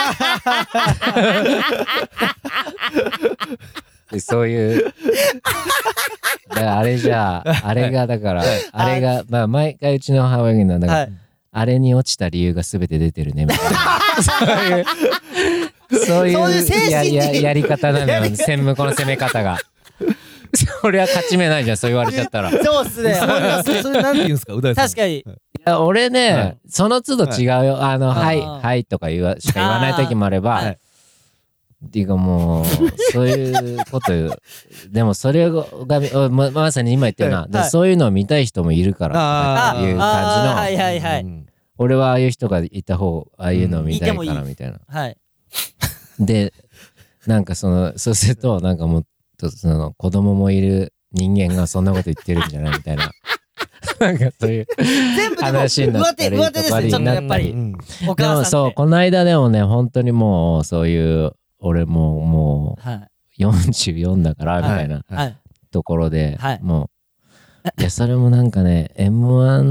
でそういうだからあれがだからあれがまあ毎回うちの母親がだからあれに落ちた理由が全て出てるねみたいな。そういうやり方なのよ。専務この攻め方が。そりゃ勝ち目ないじゃん、そう言われちゃったら。 そうっすね。 それなんて言うんすか、う大さん。 確かに。いや俺ね、その都度違うよ。はいとかしか言わない時もあれば、っていうかもうそういうこと言う。でもそれがまさに今言ったような、そういうのを見たい人もいるからっていう感じの。俺はああいう人がいた方、ああいうのを見たいからみたいな。で、なんかそうするとなんかもう子供もいる人間がそんなこと言ってるんじゃないみたいななんかそういう話になったりとかになったり。でもそうこの間でもね本当にもうそういう俺もう44だからみたいなところでもういやそれもなんかね M1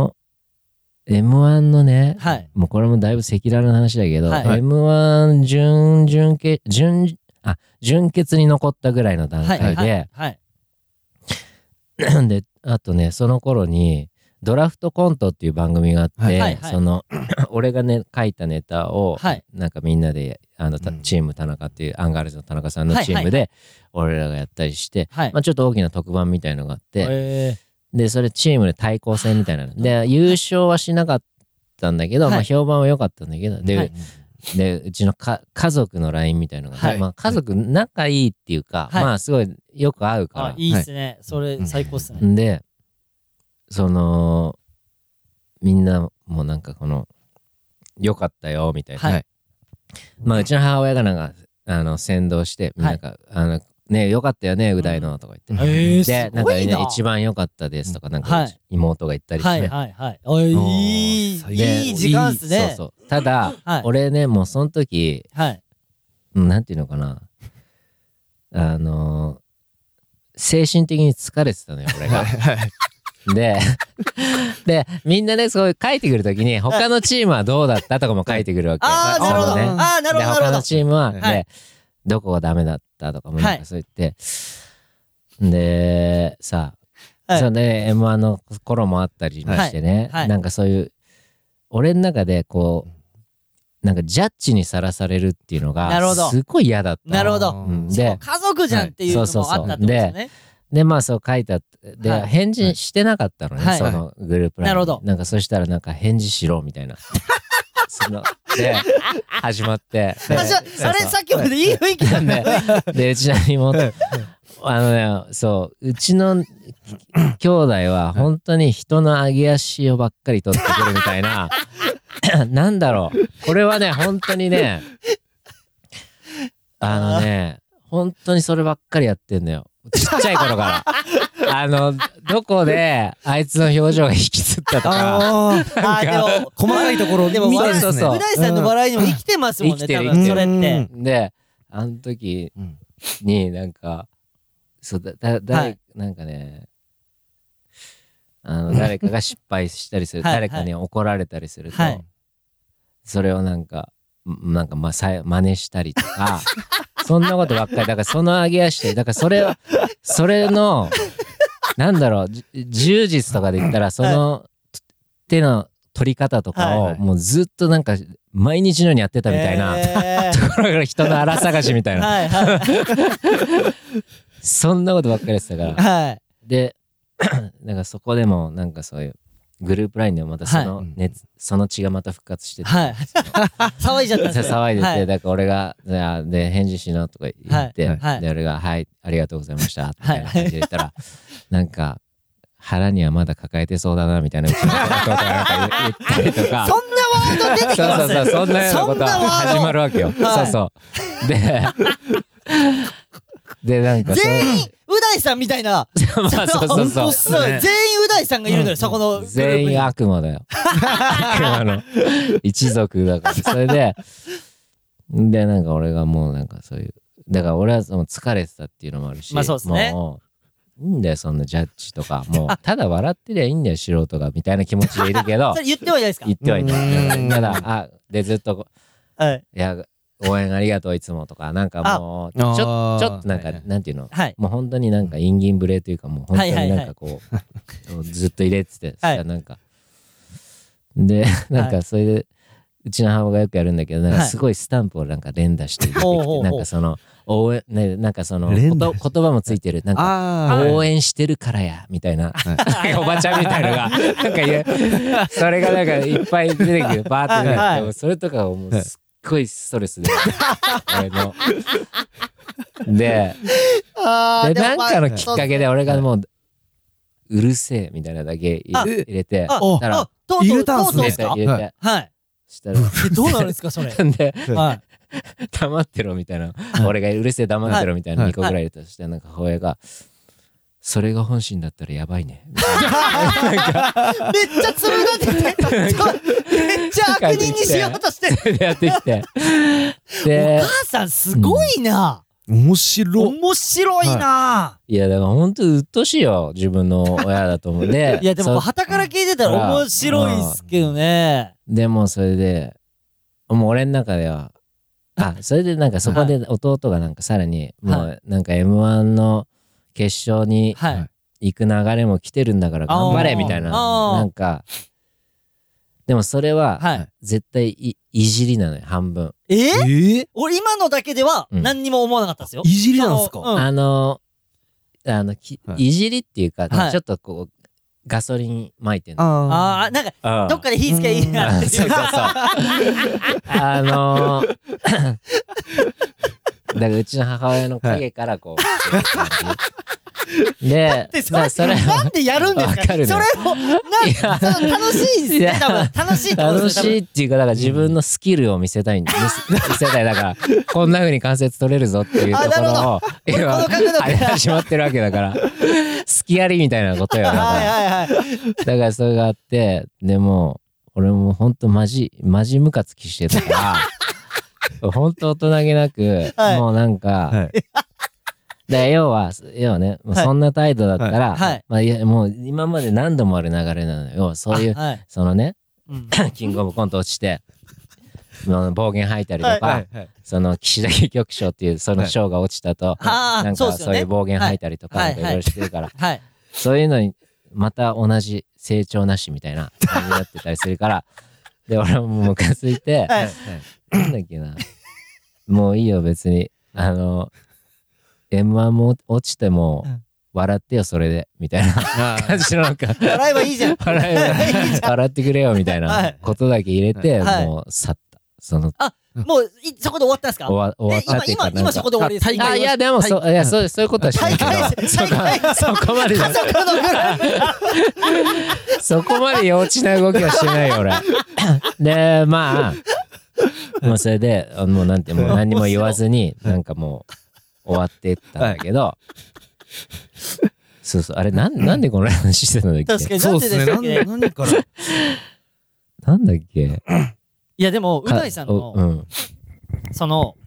のねもうこれもだいぶ赤裸々な話だけど M1 準決に残ったぐらいの段階で、であとねその頃にドラフトコントっていう番組があって、俺がね書いたネタを、なんかみんなでチーム田中っていうアンガールズの田中さんのチームで俺らがやったりして、まあちょっと大きな特番みたいのがあって、でそれチームで対抗戦みたいなので優勝はしなかったんだけど、まあ評判は良かったんだけど、でうちの家族の LINE みたいなのが、まあ家族仲いいっていうか、まあすごいよく会うから。 いいっすね。それ最高っすね。 で、みんなもなんかよかったよみたいな。まあうちの母親がなんか先導して、なんかねよかったよねう大のとか言って。でなんかね一番良かったですとかなんか妹が言ったりして。 いい時間っすね。 そうそう。ただ俺ねもうその時なんていうのかな精神的に疲れてたのよ俺が。でみんなねそう書いてくるときに他のチームはどうだったとかも書いてくるわけ。 なるほど。なるほど。 他のチームはどこがダメだったとかもなんかそう言ってでさそれで M1 の頃もあったりしてね、なんかそういう俺の中でなんかジャッジにさらされるっていうのがすごい嫌だった。 なるほど。で家族じゃんっていうのもあったってことですね。 でまあそう書いてあってで返事してなかったのねそのグループライン。なるほど。なんかそしたらなんか返事しろみたいな。で始まってあれさっきまでいい雰囲気だね。 でうちの妹そううちの兄弟は本当に人の上げ足をばっかり取ってくるみたいななんだろうこれはね本当にね本当にそればっかりやってんのよちっちゃい頃からどこであいつの表情が引きつったとかでも細かいところでも見てるんですね。う大さんの笑いにも生きてますもんね。多分それってであの時になんかなんかね誰かが失敗したりする誰かに怒られたりするとそれをなんか真似したりとかそんなことばっかり。だからその上げ足で、だからそれの、なんだろう、柔術とかで言ったら、その手の取り方とかを、もうずっとなんか、毎日のようにやってたみたいな、ところが人の荒探しみたいな。そんなことばっかりやってたから。で、なんかそこでも、なんかそういう、グループラインでもまたその血がまた復活してて、 騒いじゃったんですよ。 騒いでて、だから俺がで返事しなとか言って、で俺がはいありがとうございましたみたいな感じで言ったら、なんか腹にはまだ抱えてそうだなみたいなうちのことがなんか言ったりとか、 そんなワード出てきます。 そうそんなようなことが始まるわけよ。そうそうでなんか全員う大さんみたいな。 そう全員う大さんがいるのよ、そこの全員悪魔だよ。悪魔の一族だから。それでなんか俺がもうなんかそういう、だから俺はその疲れてたっていうのもあるし、もういいんだよそんなジャッジとか、もうただ笑ってりゃいいんだよ素人がみたいな気持ちでいるけど。 それ言ってはいないですか？ 言ってはいない。ただでずっといや応援ありがとういつもとか、なんかもうちょっとなんかなんていうの、もう本当になんか陰銀無礼というか、もう本当になんかこうずっと入れてて、なんかでなんかそれでうちの母親がよくやるんだけど、なんかすごいスタンプをなんか連打してなんかその応援ね、なんかその言葉もついてる、なんか応援してるからやみたいなおばちゃんみたいのがなんかそれがなんかいっぱい出てくる、バーって出てくる、それとかをもうすっごいストレスで俺のでなんかのきっかけで俺がもううるせえみたいなだけ入れて、 入れたんすね。 入れて、したらどうなるんですかそれ。 で黙ってろみたいな、俺がうるせえ黙ってろみたいな2個ぐらい入れたとして、なんか母親がそれが本心だったらやばいね。めっちゃつぶだってて、めっちゃ悪人にしようとしてやってきて、 でお母さんすごいな。面白いな。 いやだからほんとうっとしいよ自分の親だと思う。でいやでも旗から聞いてたら面白いっすけどね。 でもそれでもう俺の中ではそれでなんかそこで弟がなんかさらにもうなんか M1 の決勝に行く流れも来てるんだから頑張れみたいな、なんかでもそれは絶対いじりなのよ、半分。 俺今のだけでは何にも思わなかったですよ。 いじりなんですか？ いじりっていうかちょっとこうガソリン撒いてんの。 なんかどっかで火つけいいなって。そうだからうちの母親の影からこうでそれなんでやるんですか？それを楽しいですね。多分楽しいっていうか、だから自分のスキルを見せたいだからこんな風に関節取れるぞっていうところを今始まってるわけだから、スキありみたいなことよ。だからそれがあって、でも俺もほんとマジムカつきしてたからほんと大人げなく、もうなんかで要はね、そんな態度だったら、もう今まで何度もある流れなのよ。そういうそのね、キングオブコント落ちて暴言吐いたりとか、その岸田局長っていうその賞が落ちたと、なんかそういう暴言吐いたりとかいろいろしてるから、そういうのにまた同じ成長なしみたいな感じになってたりするから、で俺もムカついて、なんだっけな、もういいよ別にM1 も落ちても笑ってよそれでみたいな感じの、なんか笑えばいいじゃん、 笑ってくれよみたいなことだけ入れて、もう去った。そのもうそこで終わったんですか？終わったっていうか、今そこで終わりですか？ いやでもそういうことはしないけど、そこまでそこまで幼稚な動きはしてないよ俺。でまあもうそれでもうなんてもう何にも言わずになんかもう終わってったんだけど、そうあれなんでこの話してたんだっけ？ 確かになんででしたっけ？ 何からなんだっけ？ いやでもう大さんのその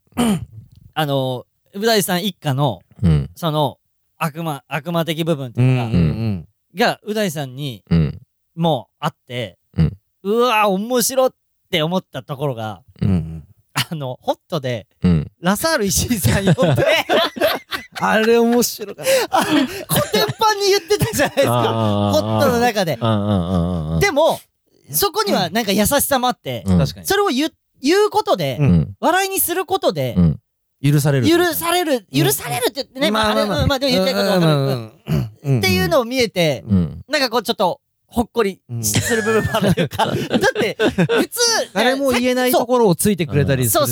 う大さん一家のその悪魔的部分っていうかがう大さんにもうあって、うわ面白って思ったところがホットでラサール石井さん呼んであれ面白かった。 コテンパンに言ってたじゃないですか、ホットの中で。でもそこにはなんか優しさもあって、 確かにそれを言うことで、笑いにすることで、 許されるって言ってね、まあでも言ってること分かるっていうのを見えて、なんかこうちょっとほっこりする部分もあるというか、だって普通誰も言えないところをついてくれたりするし、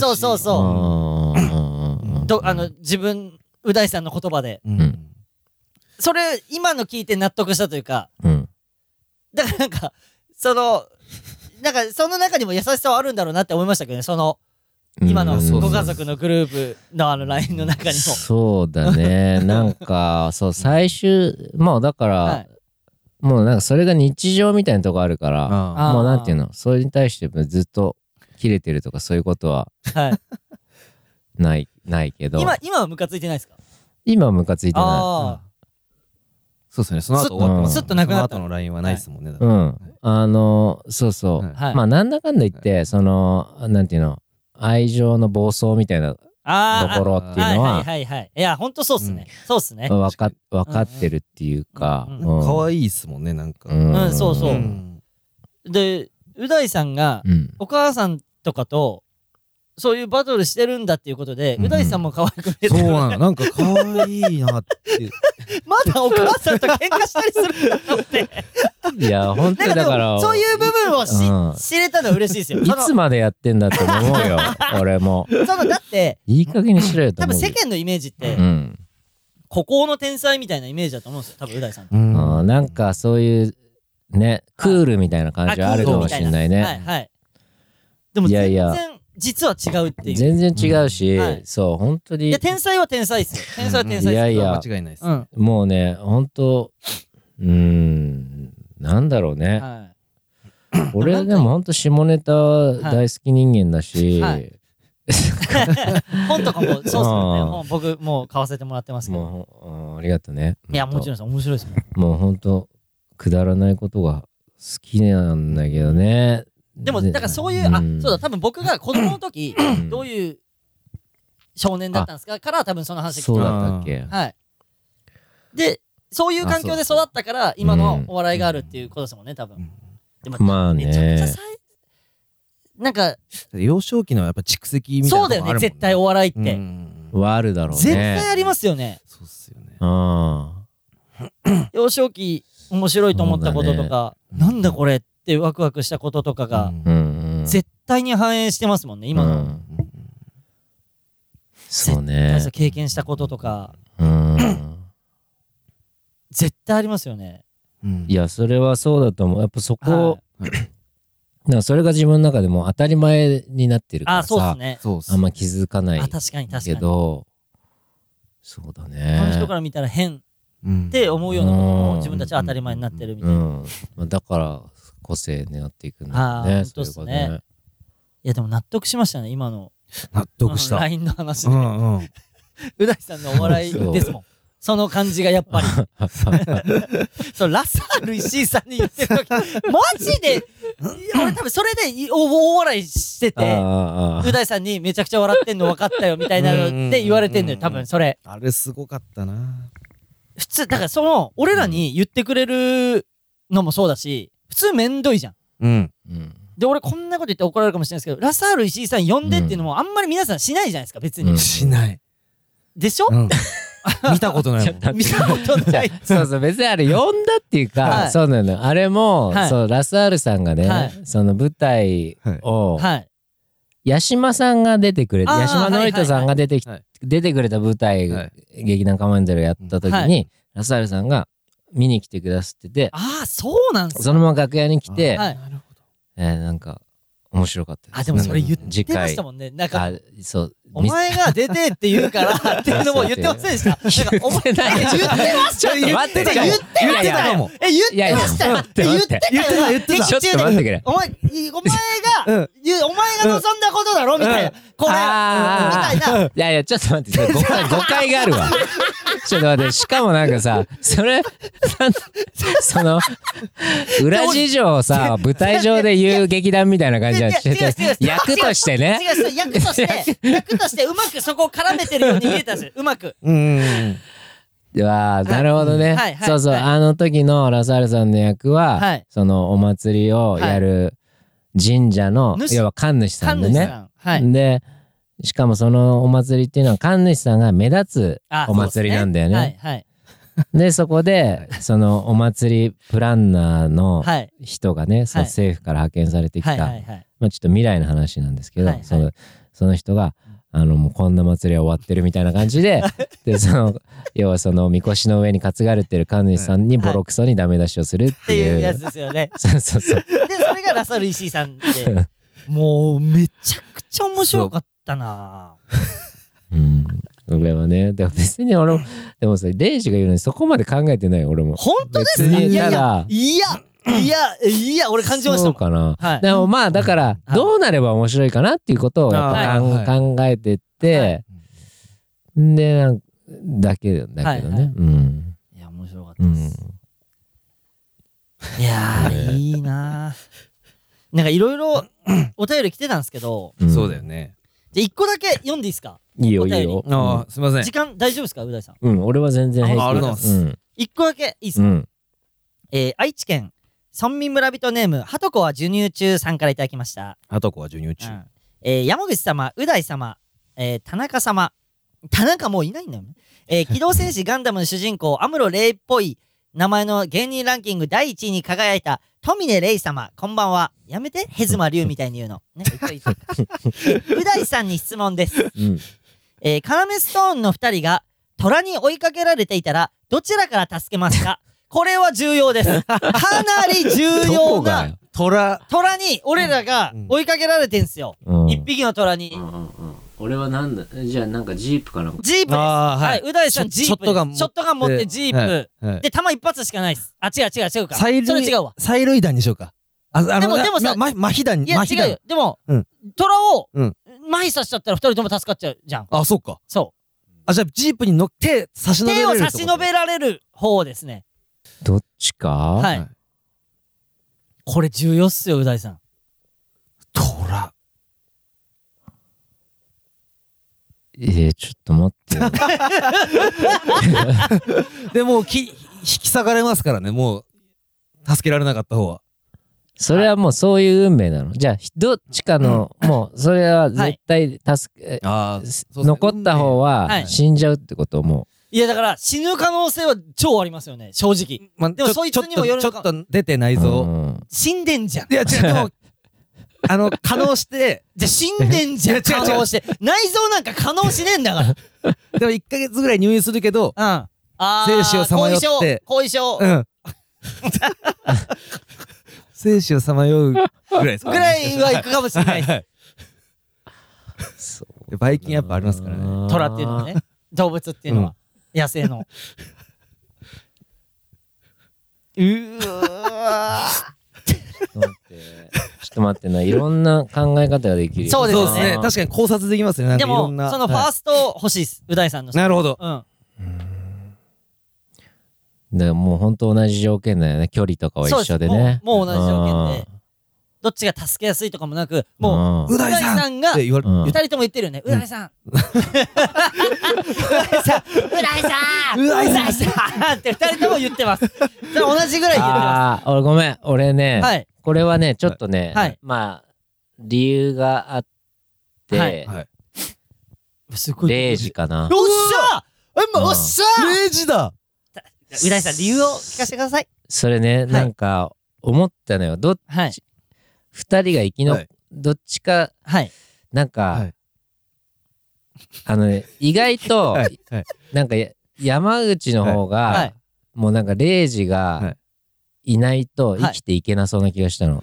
自分う大さんの言葉で、それ今の聞いて納得したというか、だからなんかその中にも優しさはあるんだろうなって思いましたけどね、その今のご家族のグループのLINE の中にも。 そうだね、なんかそう最終もうだから、もうなんかそれが日常みたいなとこあるから、もうなんていうの、それに対してずっとキレてるとかそういうことはないけど。 今はムカついてないですか？ 今はムカついてない。 そうですね、その後終わってます。 スッとなくなった。 その後の LINE はないですもんね。 そうそう。まあなんだかんだ言ってそのなんていうの、愛情の暴走みたいなところっていうのは、 いや本当そうっすね。そうっすね。 分かってるっていうか、 可愛いっすもんね、なんか。 そうそう。で、う大さんがお母さんとかとそういうバトルしてるんだっていうことで、う大さんも可愛く見えてる。 そうなの、なんか可愛いなって。 まだお母さんと喧嘩したりするんだと思って。 いや本当にだからそういう部分を知れたのは嬉しいですよ。 いつまでやってんだと思うよ俺も。 だっていい加減にしろよと思う。 多分世間のイメージって孤高の天才みたいなイメージだと思うんですよ、多分う大さん。なんかそういうね、クールみたいな感じはあるかもしれないね。 でも全然実は違うっていう。 全然違うし、そう本当に。 いや天才は天才っすよ。天才は天才っすよ。 いやいや間違いないです。 もうね本当なんだろうね。俺でも本当下ネタ大好き人間だし。 本とかもそうっすよね。僕もう買わせてもらってますけど。 もうありがとうね。 いやもちろん面白いですね。 もう本当くだらないことが好きなんだけどね。 でもだからそういうそうだ、多分僕が子供の時どういう少年だったんですかから多分その話聞いた。 そうだったっけ。 はい。でそういう環境で育ったから今のお笑いがあるっていうことですもんね、多分。でもまあね。 めちゃくちゃなんか幼少期のやっぱ蓄積みたいなのそうだよね、絶対お笑いってはあるだろうね。 絶対ありますよね。 そうっすよね。幼少期面白いと思ったこととか、なんだこれってワクワクしたこととかが絶対に反映してますもんね、今の。 そうね。 経験したこととか絶対ありますよね。 いやそれはそうだと思う。やっぱそこだからそれが自分の中でも当たり前になってるからさ、あんま気づかないけど、そうだね。 他の人から見たら変って思うようなことも自分たちは当たり前になってるみたいな。 だから個性になっていくんだよね。そういうことね。 いやでも納得しましたね、今の納得した LINE の話で。う大さんのお笑いですもん。その感じがやっぱりそうラサール石井さんに言ってる時マジで俺多分それで大笑いしてて、う大さんにめちゃくちゃ笑ってんの分かったよみたいなので言われてんのよ、多分それ。 あれすごかったな。 普通だからその俺らに言ってくれるのもそうだし、普通めんどいじゃん。で俺こんなこと言って怒られるかもしれないですけど、ラサール石井さん呼んでっていうのもあんまり皆さんしないじゃないですか、別に。 しないでしょ。 見たことないもん。 見たことない。 そうそう、別にあれ呼んだっていうか、そうなの。あれもそうラサールさんがね、その舞台を八島さんが出てくれて、八島智人さんが出てくれた舞台劇団カモメンタルやった時にラサールさんが見に来てくださってて、 そうなんですか。 そのまま楽屋に来て、なんか面白かったです。 でもそれ言ってましたもんね。なんかそうお前が出てって言うからっていうのも言ってませんでした。なんかお前言ってました。 言ってた。 言ってました。 ちょっと待ってくれ。 お前がお前が望んだことだろみたいな。これ、みたいな。 いやいや、ちょっと待って、誤解があるわ。ちょっと待って、しかもなんかさ、その、裏事情をさ、舞台上で言う劇団みたいな感じはしてて、役としてね。 違う、役としてうまくそこを絡めてるように見えたんですよ、うまく。 なるほどね。そうそう、あの時のラサールさんの役は、そのお祭りをやる神社の、要は神主さんでね。で、しかもそのお祭りっていうのは神主さんが目立つお祭りなんだよね。で、そこで、そのお祭りプランナーの人がね、政府から派遣されてきた、まあちょっと未来の話なんですけど、その人が、もうこんな祭りは終わってるみたいな感じで、で、要はその、みこしの上に担がれてる神主さんにボロクソにダメ出しをするっていう。 やつですよね。 そうそうそう。 で、それがラサール石井さんで、もうめちゃくちゃ面白かったなぁ。 俺はね、でも別に俺も、でもさ、レイジが言うのにそこまで考えてないよ、俺も。 本当ですね。いや、俺感じましたもん。 そうかな。でもまあ、だから、どうなれば面白いかなっていうことをやっぱ考えてって、で、だけどね。 いや、面白かったです。いやー、いいなぁ。なんかいろいろお便り来てたんですけど。 そうだよね。 じゃあ一個だけ読んでいいですか？ いいよ、いいよ。 すいません。 時間大丈夫ですか、う大さん？ 俺は全然平気です。 一個だけいいですか？愛知県村民村人ネームはとこは授乳中さんからいただきました。 はとこは授乳中。 山口様、う大様、田中様、田中もういないんだよね。機動戦士ガンダムの主人公アムロレイっぽい名前の芸人ランキング第1位に輝いた富根レイ様、こんばんは。やめて、ヘズマリュウみたいに言うの。ね、う大さんに質問です。カナメストーンの2人が虎に追いかけられていたらどちらから助けますか？これは重要です。かなり重要な虎に俺らが追いかけられてんすよ。一匹の虎に。 俺はなんだ、じゃあなんかジープかな。 ジープです。はい、う大さんジープ。ショットガン持ってジープ。で、弾一発しかないです。あ、違うか。それ違うわ。 催涙弾にしようか。 でもさ、 麻痺弾。 いや、違うよ。でも、虎を麻痺させちゃったら二人とも助かっちゃうじゃん。 あ、そうか。 そう。 あ、じゃあジープに乗って差し伸べられる。 手を差し伸べられる方ですね。 どっちか？ はい。これ重要っすよ、う大さん。 虎。 ちょっと待ってよ。 でも引き下がれますからね、もう助けられなかった方は。 それはもうそういう運命なの。じゃあどっちかの、もうそれは絶対残った方は死んじゃうってことも。 いやだから死ぬ可能性は超ありますよね、正直。でもそいつにもよるのか。 ちょっと出てないぞ。 死んでんじゃん。 いや違う、でも可能して、 じゃ死んでんじゃん。可能して。内臓なんか可能しねえんだから。 でも1ヶ月ぐらい入院するけど、生死をさまよって。 後遺症。 生死をさまようぐらいですか。 ぐらいはいくかもしれないです。 ばい菌やっぱありますからね。 虎っていうのはね。動物っていうのは。野生の。 ちょっと待ってな、いろんな考え方ができる。 そうですね。 確かに考察できますね。 でも、そのファースト欲しいです。う大さんの。 なるほど。 でももう本当同じ条件だよね。距離とかは一緒でね。 もう同じ条件で。どっちが助けやすいとかもなく、もう、う大さんが、二人とも言ってるよね。う大さん。う大さんって二人とも言ってます。同じぐらい言ってます。 ごめん。俺ね、これはね、ちょっとね、まあ、理由があって、0時かな。 よっしゃおっしゃ 0時だ。 う大さん、理由を聞かせてください。 それね、なんか、思ったのよ。二人が生きの、どっちか、なんか、意外と、なんか、山口の方が、もうなんか、0時がいないと生きていけなそうな気がしたの。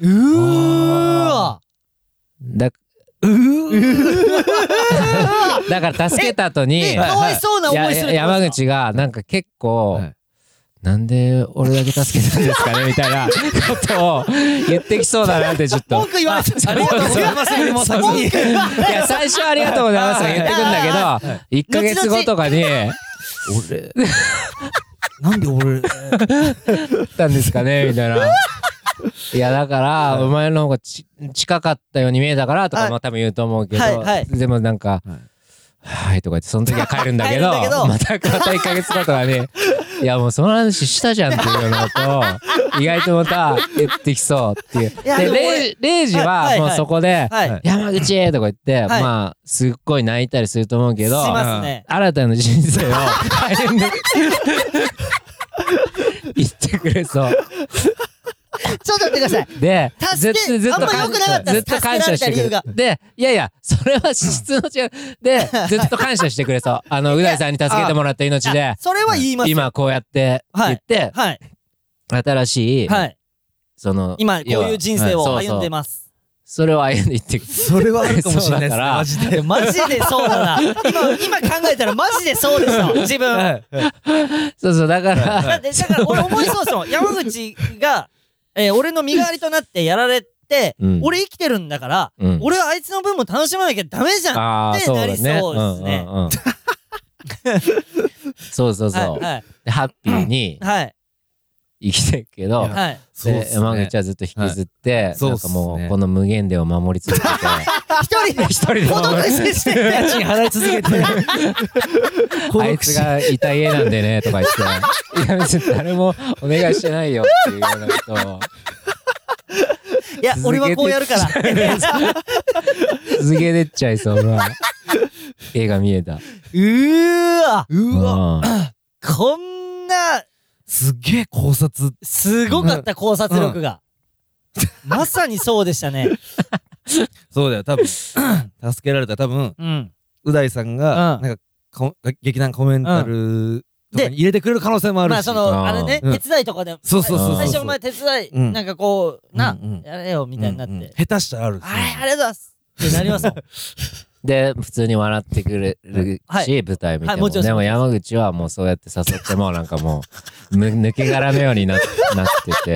だから助けた後に、 かわいそうな思いする。 山口が、なんか結構、 なんで俺だけ助けたんですかねみたいなことを言ってきそうだなってちょっと文句言われてありがとうございますもう先にいや最初はありがとうございますとか言ってくんだけど1ヶ月後とかに俺なんで俺たんですかねみたいないやだからお前の方が近かったように見えたからとかも多分言うと思うけどでもなんかはいとか言ってその時は帰るんだけどまた1ヶ月後とかにいやもうその話したじゃんっていうのと意外とまた言ってきそうっていうでレイジはもうそこで山口とか言ってまあすっごい泣いたりすると思うけど新たな人生を歩んで言ってくれそうちょっと待ってください。 で、ずっと感謝してくれる。で、いやいや、それは質の違う。で、ずっと感謝してくれそう。う大さんに助けてもらった命で。 それは言います。 今こうやって言って、新しい、 今こういう人生を歩んでます。 それを歩んでいってそれはあるかもしれないですね。 マジでそうだな。今考えたらマジでそうでしょ。自分。 そうだから。 だから俺思いそうですよ。山口が、俺の身代わりとなってやられて、俺生きてるんだから、俺はあいつの分も楽しまなきゃダメじゃんってなりそうですね。 そう。でハッピーに生きてるけど、山口はずっと引きずって、なんかもうこの無限電を守り続けて、一人で孤独死して家賃払い続けて、 あいつがいた家なんでねとか言って、いや別に誰もお願いしてないよっていうようなことを。 いや俺はこうやるから。 続けてっちゃいそうな絵が見えた。 うわこんなすげえ考察すごかった考察力がまさにそうでしたね。 そうだよ多分助けられた多分う大さんがなんか劇団コメンタルとかに入れてくれる可能性もあるし、 まあそのあれね手伝いとかでそう最初お前手伝いなんかこうなやれよみたいになって下手したらあるありがとうございますってなりますもん。 で普通に笑ってくれるし舞台見てもでも山口はもうそうやって誘ってもなんかもう抜け殻のようになってて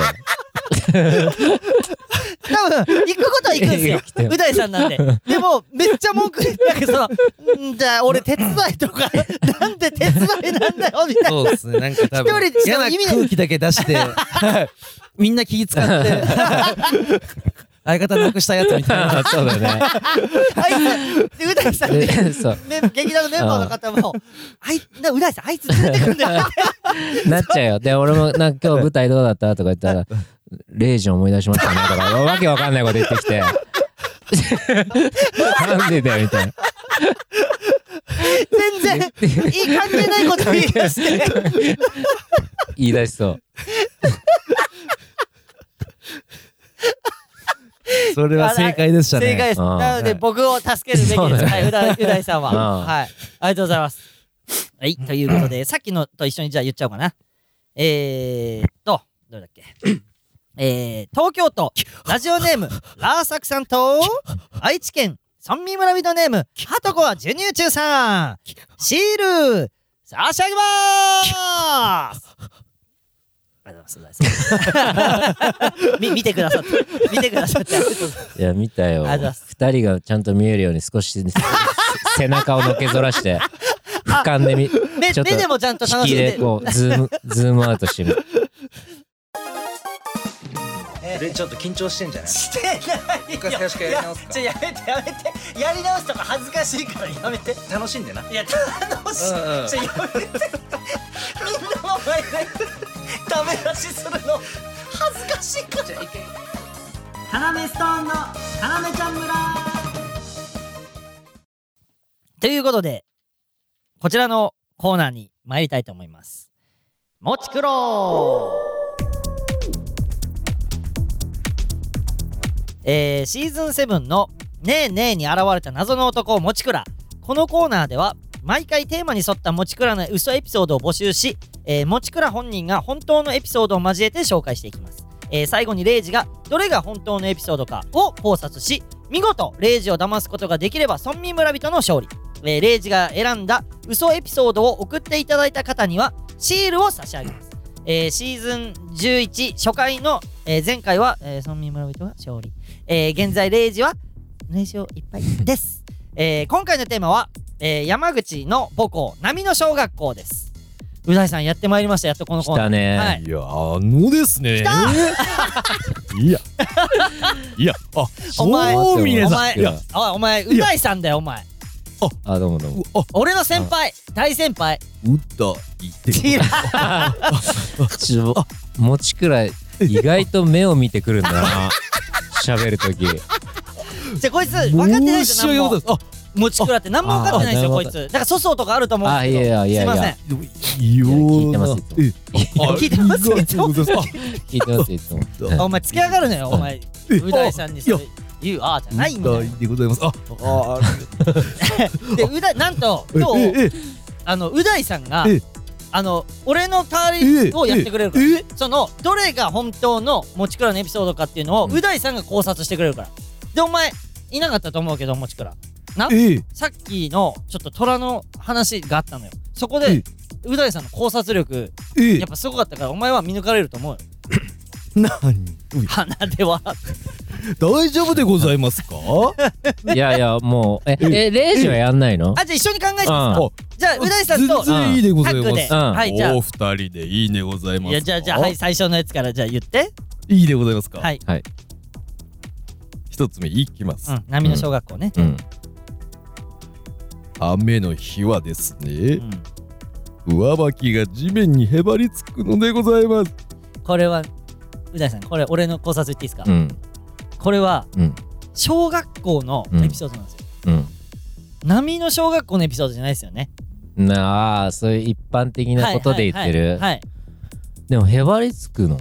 多分行くことは行くんですよう大さんなんで。でもめっちゃ文句言ってなんかそのじゃあ俺手伝いとかなんで手伝いなんだよみたいな。 そうですねなんか多分嫌な空気だけ出してみんな気使って相方なくしたやつみたいな。 そうだね。 あいつう大さんで劇団のメンバーの方もう大さんあいつ連れてくんだよなっちゃうよ。で俺もなんか今日舞台どうだったとか言ったら0時思い出しましたねとかわけわかんないこと言ってきてなんでだよみたいな。 全然関係ないこと言い出して言い出しそう。 それは正解でしたね。 正解です。なので僕を助けるべきです。はい、う大さんは。はい、ありがとうございます。はい、ということでさっきのと一緒にじゃあ言っちゃおうかな。どれだっけ。東京都ラジオネームラーサクさんと愛知県村民村人ネームはとこは授乳中さんシール差し上げまーす。ありがとうございます見てくださっていや見たよ。2人がちゃんと見えるように少し背中をのけぞらして俯瞰で目でもちゃんと楽しんで引きでこうズームアウトしてる。 ちょっと緊張してんじゃない？ してないよ。 最初からやり直すか？ やめてやり直すとか恥ずかしいからやめて。 楽しんでな。 いや楽しい。やめてみんなの前でダメ出しするの恥ずかしいから。カナメストーンのカナメちゃん村ということでこちらのコーナーに参りたいと思います。もちくろシーズン7のねえねえに現れた謎の男もちくら。このコーナーでは毎回テーマに沿ったもちくらの嘘エピソードを募集し、もちくら本人が本当のエピソードを交えて紹介していきます。最後にレイジがどれが本当のエピソードかを考察し、見事レイジを騙すことができれば村民村人の勝利。レイジが選んだ嘘エピソードを送っていただいた方にはシールを差し上げます。 シーズン11初回の、前回は、村民村人が勝利、現在0時は0勝1敗です、今回のテーマは、山口の母校波野小学校です。う大さんやってまいりました。やっとこのコーナー。 来たね、 はい、 いやですね。いやお前お前う大さんだよお前。 どうもどうも。 俺の先輩、大先輩。 うだいってもちくらい意外と目を見てくるんだな喋るとき。 じゃこいつ分かってないですよ。もちくらって何も分かってないですよこいつ。だから粗相とかあると思うんですけど。すいません。 聞いてます聞いてます聞いてますいつも。 お前つけ上がるのよお前。う大さんにそれ言うじゃないんだよ。 でございます。 でうだなんと今日う大さんが俺の代わりをやってくれるから、そのどれが本当のもちくらのエピソードかっていうのをう大さんが考察してくれるから。でお前いなかったと思うけどもちくらな、さっきのちょっと虎の話があったのよ。そこでう大さんの考察力やっぱすごかったからお前は見抜かれると思うよ。鼻で笑って大丈夫でございますか？ いやもう0時はやんないの？ じゃあ一緒に考えていいですか？じゃあう大さんと全然いいでございます。 はいじゃあお二人でいいでございます。 いやじゃあはい最初のやつからじゃあ言って。 いいでございますか？ はい一つ目いきます。 波野小学校ね。 雨の日はですね、上履きが地面にへばりつくのでございます。 これはう大さんこれ俺の考察言っていいですか？これは小学校のエピソードなんですよ。波の小学校のエピソードじゃないですよね。 そういう一般的なことで言ってる。でもへばりつくの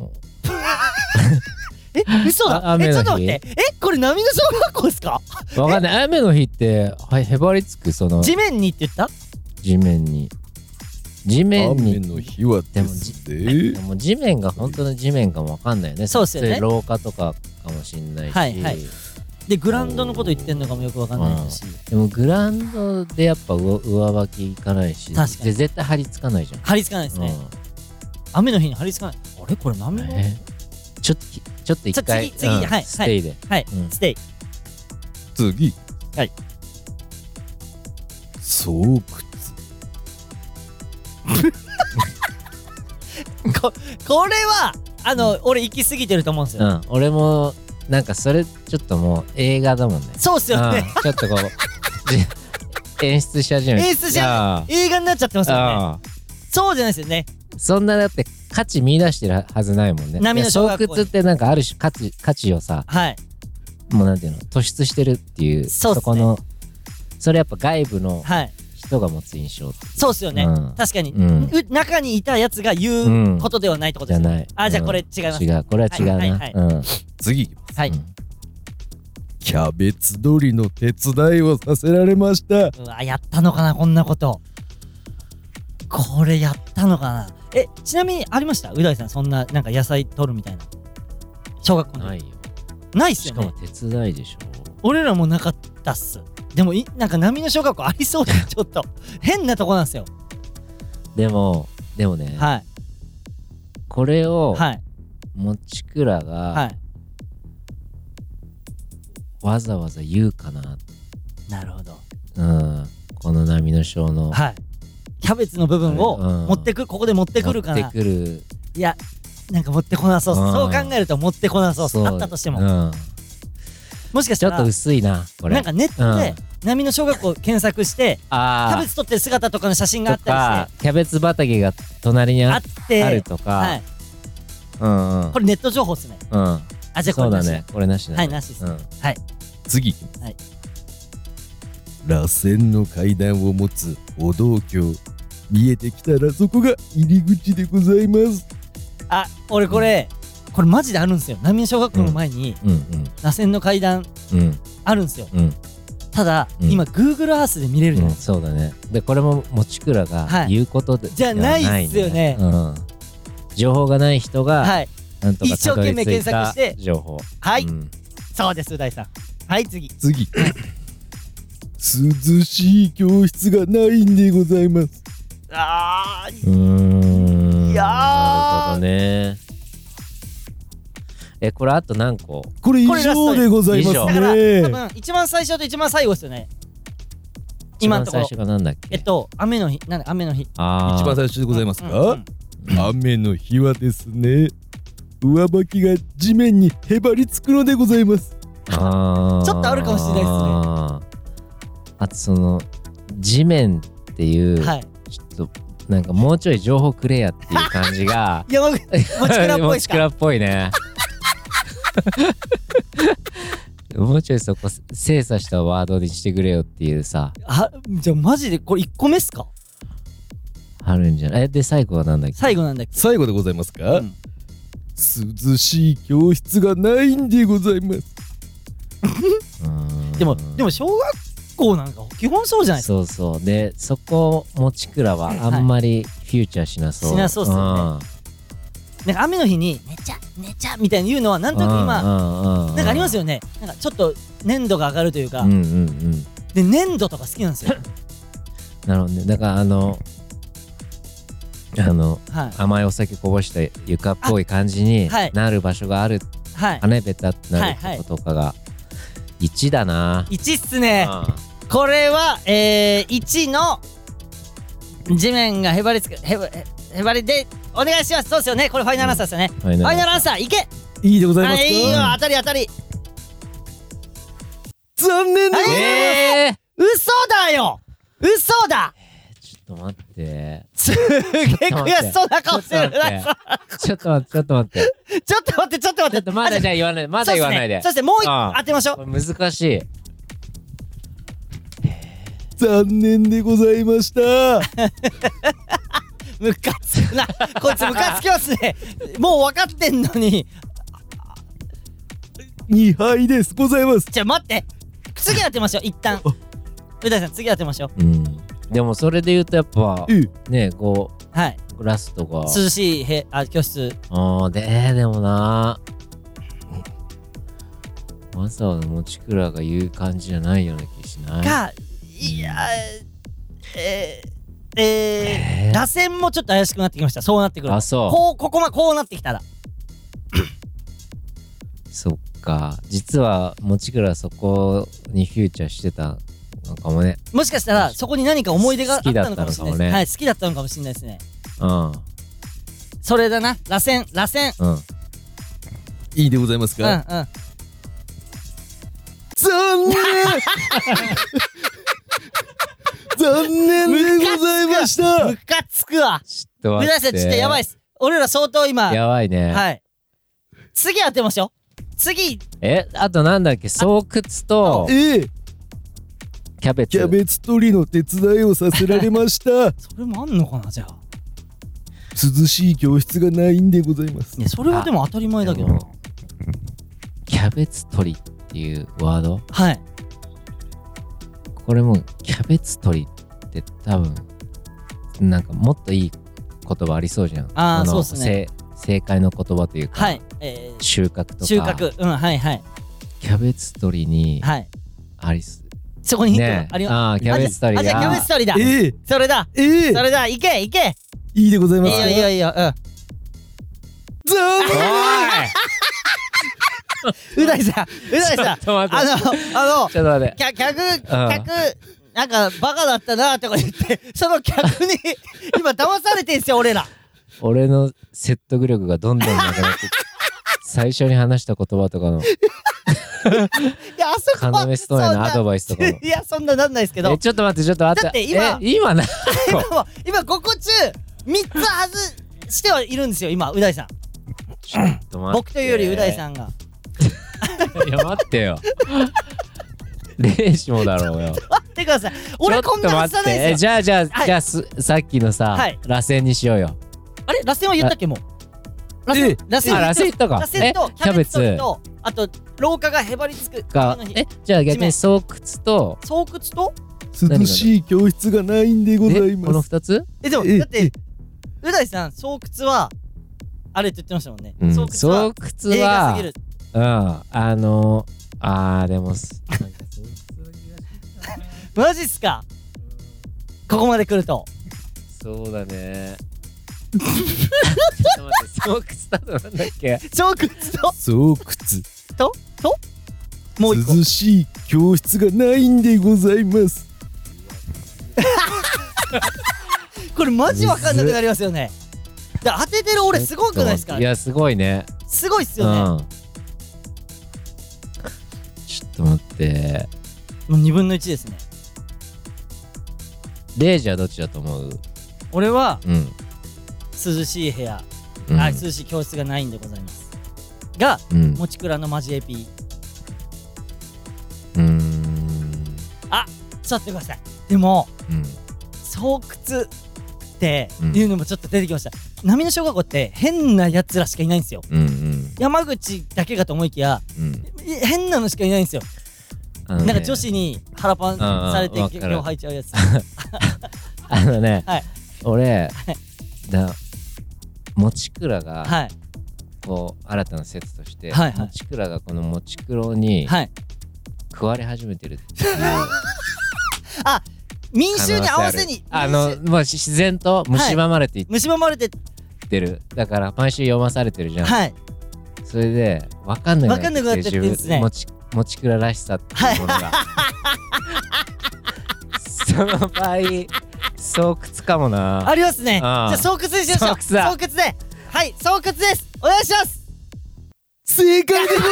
嘘だ。ちょっと待って。これ波の小学校ですか？ わかんない。雨の日ってへばりつくその地面にって言った？ 地面に雨の日はですね。 でも地面が本当の地面かもわかんないよね。 そうですよね。 廊下とかかもしんないし。 でグラウンドのこと言ってんのかもよくわかんないし。 でもグラウンドでやっぱ上履きいかないし。 確かに。 絶対張り付かないじゃん。 張り付かないですね。雨の日に張り付かない。あれこれ波の？ ちょっと一回次はいステイでステイ。 次はい。 巣これは俺行き過ぎてると思うんですよ。 俺もなんかそれちょっともう映画だもんね。 そうっすよね。 ちょっとこう演出し始めて映画になっちゃってますよね。そうじゃないですよね。 そんなだって価値見出してるはずないもんね。 波の小学校巣窟ってなんかある種価値をさ、もうなんていうの突出してるっていう、そこのそれやっぱ外部の人が持つ印象。 そうっすよね。確かに中にいたやつが言うことではないってことですね。じゃあこれ違います。 違う、これは違うな。 次いきます。キャベツ取りの手伝いをさせられました。 やったのかなこんなこと。これやったのかな。ちなみにありましたう大さん、そんななんか野菜取るみたいな小学校に？ ないよ。 ないっすよね。 しかも手伝いでしょ。 俺らもなかったっす。でもなんか波の小学校ありそうでちょっと変なとこなんですよ。 でもね、これをもちくらがわざわざ言うかな。 なるほど。 この波の小のキャベツの部分を持ってく、ここで持ってくるかな。 持ってくる。 いやなんか持ってこなそう。そう考えると持ってこなそう。あったとしても、もしかしたらちょっと薄いなこれ。 なんかネットで波の小学校検索してキャベツ取ってる姿とかの写真があったりして、 キャベツ畑が隣にあるとか。 これネット情報っすね。じゃあこれなし。 これなしだね。 はい、なしです。 次いきます。螺旋の階段を持つ歩道橋、見えてきたらそこが入り口でございます。 俺これマジであるんですよ。波の小学校の前に螺旋の階段あるんですよ。ただ今 Google Earth で見れるじゃないですか。 そうだね。でこれももちくらが言うことじゃないっすよね。 情報がない人がなんとか一生懸命検索して情報。 そうです大さん。次涼しい教室がないんでございます。 いやほどね。これあと何個？ これ以上でございますね。 だから多分一番最初と一番最後ですよね。今のところ。 一番最初がなんだっけ？ 雨の日。なんで雨の日。 一番最初でございますか？雨の日はですね、上履きが地面にへばりつくのでございます。 ちょっとあるかもしれないですね。 あとその地面っていう、ちょっとなんかもうちょい情報くれやっていう感じがもちくらっぽいっすか？もちくらっぽいね。もうちょいそこ精査したワードにしてくれよっていうさ。 じゃあマジでこれ1個目っすか？ あるんじゃない？で最後はなんだっけ？ 最後なんだっけ？ 最後でございますか？涼しい教室がないんでございます。 でも小学校なんか基本そうじゃないですか。 そうでそこもちくらはあんまりフューチャーしなそう。 しなそうっすよね。なんか雨の日に寝ちゃみたいに言うのはなんとなく今なんかありますよね。なんかちょっと粘度が上がるというか、で粘土とか好きなんですよ。 なるほどね。だから甘いお酒こぼした床っぽい感じになる場所がある、羽ベタってなることとかが1だな。 1っすね。これは1の地面がへばりつくへばりでお願いします。そうですよね。これファイナルアンサーですよね。ファイナルアンサーいけ。 いいでございますか？ いいよ、当たり当たり。 残念でございます。 嘘だよ、嘘だ。 ちょっと待って。 すげえ悔しそうな顔してる。 ちょっと待って。 まだじゃあ言わない。まだ言わないで。 そしてもう一個当てましょう。 難しい。 残念でございました。 ムカつくな、こいつムカつきますね。もう分かってんのに。 2敗ですございます。 じゃあ待って、次当てましょう。一旦う大さん次当てましょう。 でもそれで言うとやっぱね、こうラストが涼しい教室。 でもな、わざわざもちくらが言う感じじゃないような気しないか。 いや螺旋もちょっと怪しくなってきました。そうなってくる。こうなってきたらそっか、実はもちくらそこにフューチャーしてたのかもね。 もしかしたらそこに何か思い出があったのかもしれないです。 はい、 好きだったのかもしれないですね。それだな、螺旋。 いいでございますか？残念残念でございました。 ムカつくわ。 ちょっと待って。 ちょっとやばいっす。俺ら相当今やばいね。 はい。次当てましょう。次。 あとなんだっけ？巣窟とキャベツ取りの手伝いをさせられました。 それもあんのかな。じゃあ涼しい教室がないんでございます。 それはでも当たり前だけど。 キャベツ取りっていうワード。 はい。 これもキャベツ取りって多分なんかもっといい言葉ありそうじゃん。 そうですね。 正解の言葉というか、収穫とか。 収穫。はいはい。 キャベツ取りにありそこにヒントがあります。 キャベツ取りだ。 じゃあキャベツ取りだ。それだ。それだ。いけ。いいでございます。 いいよ。 残念。 う大さん。 ちょっと待って。 客なんかバカだったなとか言ってその客に今騙されてんすよ俺ら。 俺の説得力がどんどんなくなって最初に話した言葉とかのカノメストーンのアドバイスとかもいやそんななんないですけど。 ちょっと待ってだって今ここ中3つ外してはいるんですよ今う大さん。 ちょっと待って、 僕というよりう大さんがいや待ってよレイシもだろうよ。 待ってください。俺こんなはずないですよ。 じゃあさっきのさ螺旋にしようよ。 あれ螺旋は言ったっけもう。螺旋言ったか。 螺旋とキャベツとあと廊下がへばりつくか。じゃあ逆に巣窟と涼しい教室がないんでございます。 この2つ？ でもだってう大さん巣窟はあれって言ってましたもんね。 巣窟はでもマジっすか。ここまで来るとそうだね。 巣窟となんだっけ？ 巣窟と巣窟ともう一個涼しい教室がないんでございます。 これマジわかんなくなりますよね。だ当ててる俺すごくないですか？ いやすごいね。 すごいっすよね、うん、 ちょっと待って、 もう2分の1ですね。 レイジはどっちだと思う？ 俺は、 うん、 涼しい部屋、 うん、 涼しい教室がないんでございますが、 うん、 もちくらのマジエピ。あ、ちょっと待ってください。でも、巣窟っていうのもちょっと出てきました。波の小学校って変なやつらしかいないんですよ、山口だけかと思いきや、変なのしかいないんですよ。なんか女子に腹パンされて結構履いちゃうやつ。 はい、俺もちくらが、はい、こう新たな説として、はいはい、もちくらがこのもちくろに、はい、食われ始めてるっていうあ、民衆に合わせにまあ自然と蝕まれていって、 はい、蝕まれてってる。だから毎週読まされてるじゃん、 はい、 それで分かんなくなってってるんですね。 もちくららしさっていうものが、はい、その場合巣窟かもな。 ありますね。じゃあ巣窟でしましょう。巣窟で、はい、巣窟です。お願いします。 正解でござい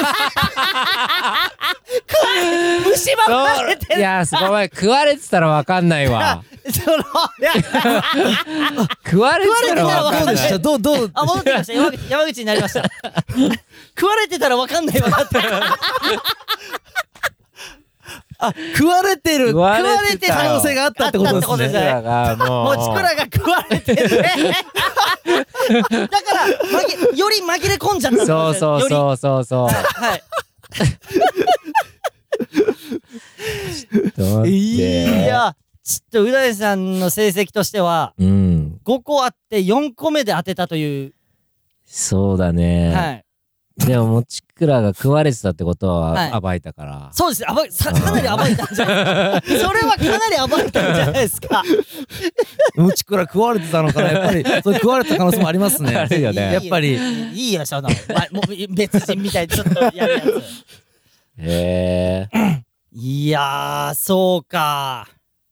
ます。蝕まれてる。 いやすごい、食われてたらわかんないわ。食われてたらわかんない。 どうあ、戻ってきました。山口になりました。食われてたらわかんないわ。だってあ、食われてる可能性があったってことですね。もちくらが食われてる。だからより紛れ込んじゃった。 そうはい。 いや、ちょっとう大さんの成績としては、5個あって4個目で当てたという。 そうだね。はい。でももちくらが食われてたってことは暴いたから、はい、 そうですね、かなり暴いたんじゃないですか。それはかなり暴いたんじゃないですか。 もちくら食われてたのかな。やっぱりそれ食われた可能性もありますね。 あるよね。 やっぱりいいよ、そのもう別人みたいにちょっとやるやつ。 へえ。 いやー、そうか。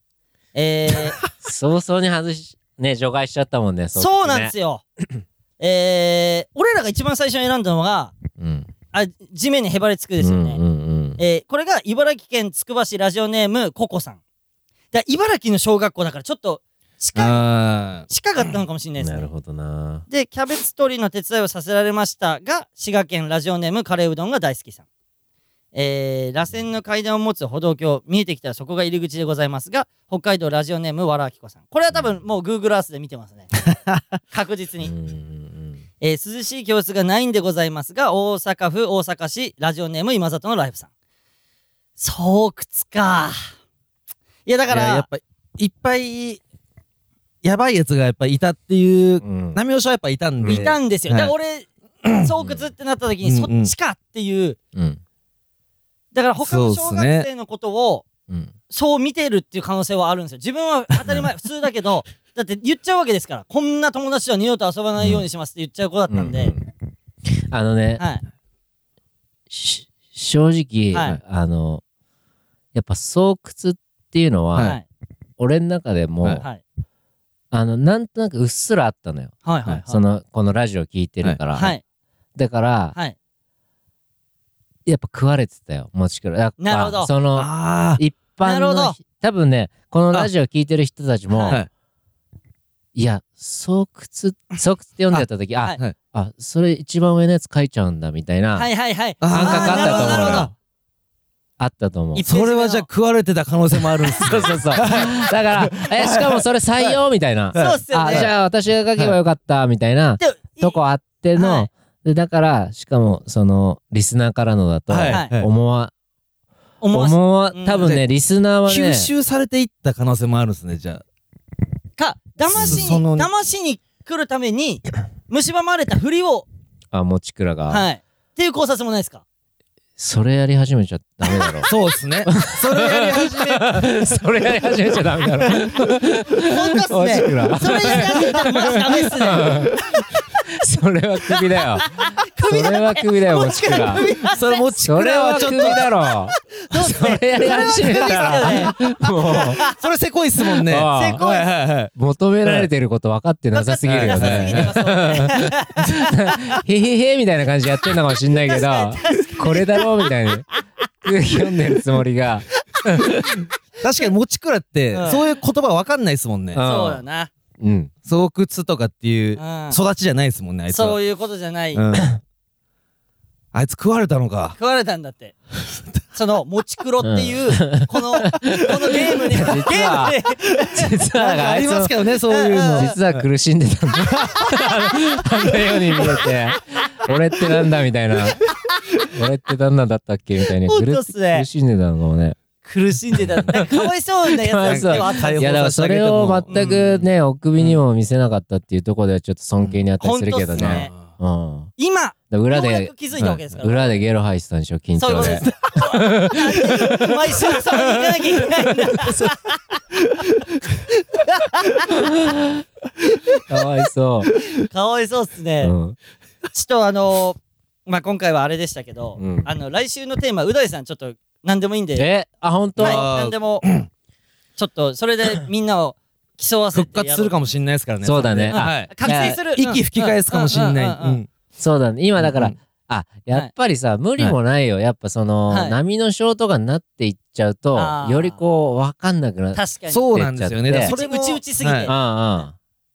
早々に除外しちゃったもんね。 そうなんですよ。俺らが一番最初に選んだのが、地面にへばりつくですよね。これが茨城県つくば市ラジオネームココさん。茨城の小学校だからちょっと近かったのかもしれないですね。 なるほどな。 で、キャベツ取りの手伝いをさせられましたが、滋賀県ラジオネームカレーうどんが大好きさん。螺旋の階段を持つ歩道橋、見えてきたらそこが入り口でございますが、北海道ラジオネームわらあきこさん。これは多分もう Google Earth で見てますね。確実に。涼しい教室がないんでございますが、大阪府大阪市ラジオネーム今里のライフさん。巣窟か。いやだからやっぱいっぱいやばいやつがやっぱいたっていう、波尾署はやっぱいたんで。 いたんですよ。だから俺巣窟ってなった時にそっちかっていう。だから他の小学生のことをそう見てるっていう可能性はあるんですよ。自分は当たり前普通だけど、だって言っちゃうわけですから。こんな友達とは二度と遊ばないようにしますって言っちゃう子だったんで。 正直、やっぱ巣窟っていうのは、俺の中でも、なんとなくうっすらあったのよ。このラジオ聞いてるから。だから、やっぱ食われてたよ、もちくら。やっぱなるほど。 その一般の多分ね、このラジオ聞いてる人たちも、いや巣窟って読んでた時、それ一番上のやつ書いちゃうんだみたいな感覚あったと思う。 それはじゃあ食われてた可能性もあるんですよ。 だからしかもそれ採用みたいな。 そうっすよね。 じゃあ私が書けばよかったみたいなとこあっての。でだからしかもそのリスナーからのだと思わ多分ね、リスナーはね吸収されていった可能性もあるんですね。じゃあ騙しに来るために蝕まれたふりをもちくらがっていう考察もないですか。 それやり始めちゃダメだろ。 そうですね。それやり始めちゃダメだろ。 本当っすね。それやり始めたらマジダメっすね。 それはクビだよ。それはクビだよ、もちくら。 それもちくらはちょっと。 それはクビだろ。それやり始めたら、もう。 それせこいっすもんね。 せこい。 求められてること分かってなさすぎるよね。へへへみたいな感じでやってんのかもしんないけど、これだろみたいに空気読んでるつもりが。 確かにもちくらってそういう言葉分かんないっすもんね。 そうだな。 巣窟とかっていう育ちじゃないですもんね、あいつは。 そういうことじゃない。 あいつ食われたのか。 食われたんだって。そのもちくろっていうこのゲームに実はありますけどね、そういうの。 実は苦しんでたんだ。あんなように見えて、俺ってなんだみたいな。俺って何なんだったっけみたいに苦しんでたのかもね。 苦しんでた。かわいそうなやつだった。 いやだからそれを全くね、お首にも見せなかったっていうところではちょっと尊敬に値するけどね。 今裏で裏でゲロ吐いてたんでしょ、緊張で。 毎週そこに行かなきゃいけないんだ。 かわいそう。 かわいそうっすね。ちょっとまあ今回はあれでしたけど、来週のテーマう大さんちょっと何でもいいんで。 本当？ 何でもちょっとそれでみんなを競わせて復活するかもしれないですからね。 そうだね。 覚醒する。 息吹き返すかもしれない。 そうだね。今だからやっぱりさ、無理もないよ。やっぱその波のショーとかになっていっちゃうとよりこう分かんなくなっちゃって。 確かにそうなんですよね。 それ内々すぎて。 だ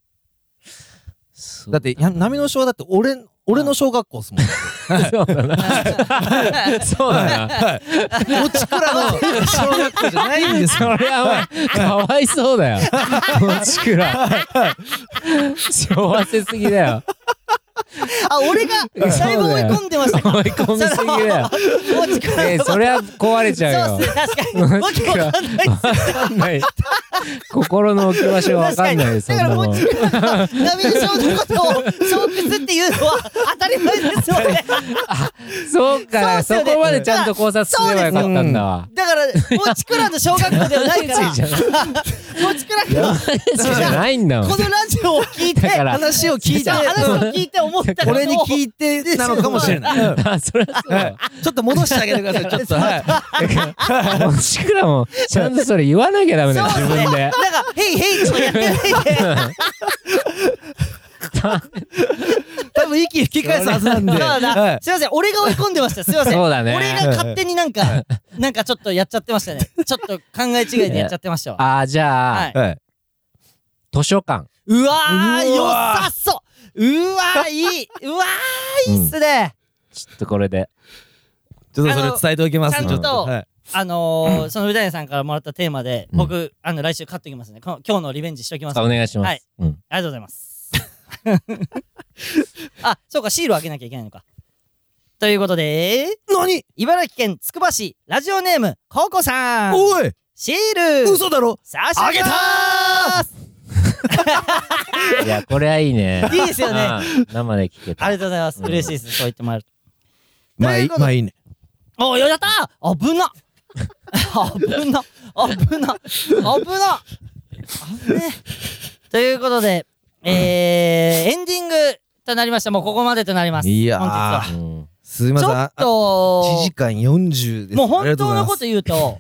って波のショーだって俺の小学校っすもん。 そうだな。そうだな。 もちくらの小学校じゃないんですよ。 それはかわいそうだよ。もちくら。幸せすぎだよ。 俺がだいぶ追い込んでましたか。 追い込みすぎだよ。それは壊れちゃうよ。 そうっすね、確かに。わけわかんないっす。 心の置き場所わかんない。 だからもちくらが波のショーのことを小窟っていうのは当たり前ですよね。 そうか、そこまでちゃんと考察すればよかったんだわ。 だからもちくらの小学校ではないから、もちくらのじゃないんだもん。 このラジオを聞いて話を聞いて思ったことを俺に聞いてなのかもしれない。 それはそう。 ちょっと戻してあげてください。ちょっと。もちくらもちゃんとそれ言わなきゃダメだよ、自分で。 なんかヘイヘイとかやってないで。 多分息吹き返すはずなんで。すいません、俺が追い込んでました。すいません。 そうだね。 俺が勝手になんかちょっとやっちゃってましたね。ちょっと考え違いでやっちゃってましたわ。 じゃあ図書館。 うわー、良さそう。うわー、いい。うわー、いいっすね。 ちょっとこれで。 ちょっとそれ伝えておきます。 ちゃんとそのうだやさんからもらったテーマで僕来週買ってきますね。今日のリベンジしておきます。 お願いします。はい。 ありがとうございます。そうか、シールを開けなきゃいけないのか。ということで、茨城県つくば市ラジオネームココさん。 おい、 シール嘘だろ、 差し上げたー。 いや、これはいいね。 いいですよね。 生で聞けた。 ありがとうございます。嬉しいです。そう言ってもらえると。 まあいいね。 お、やったー。危な。危な。ということで、エンディングとなりました。もうここまでとなります。 いやー、すいません。 ちょっと 1時間40です。 もう本当のこと言うと、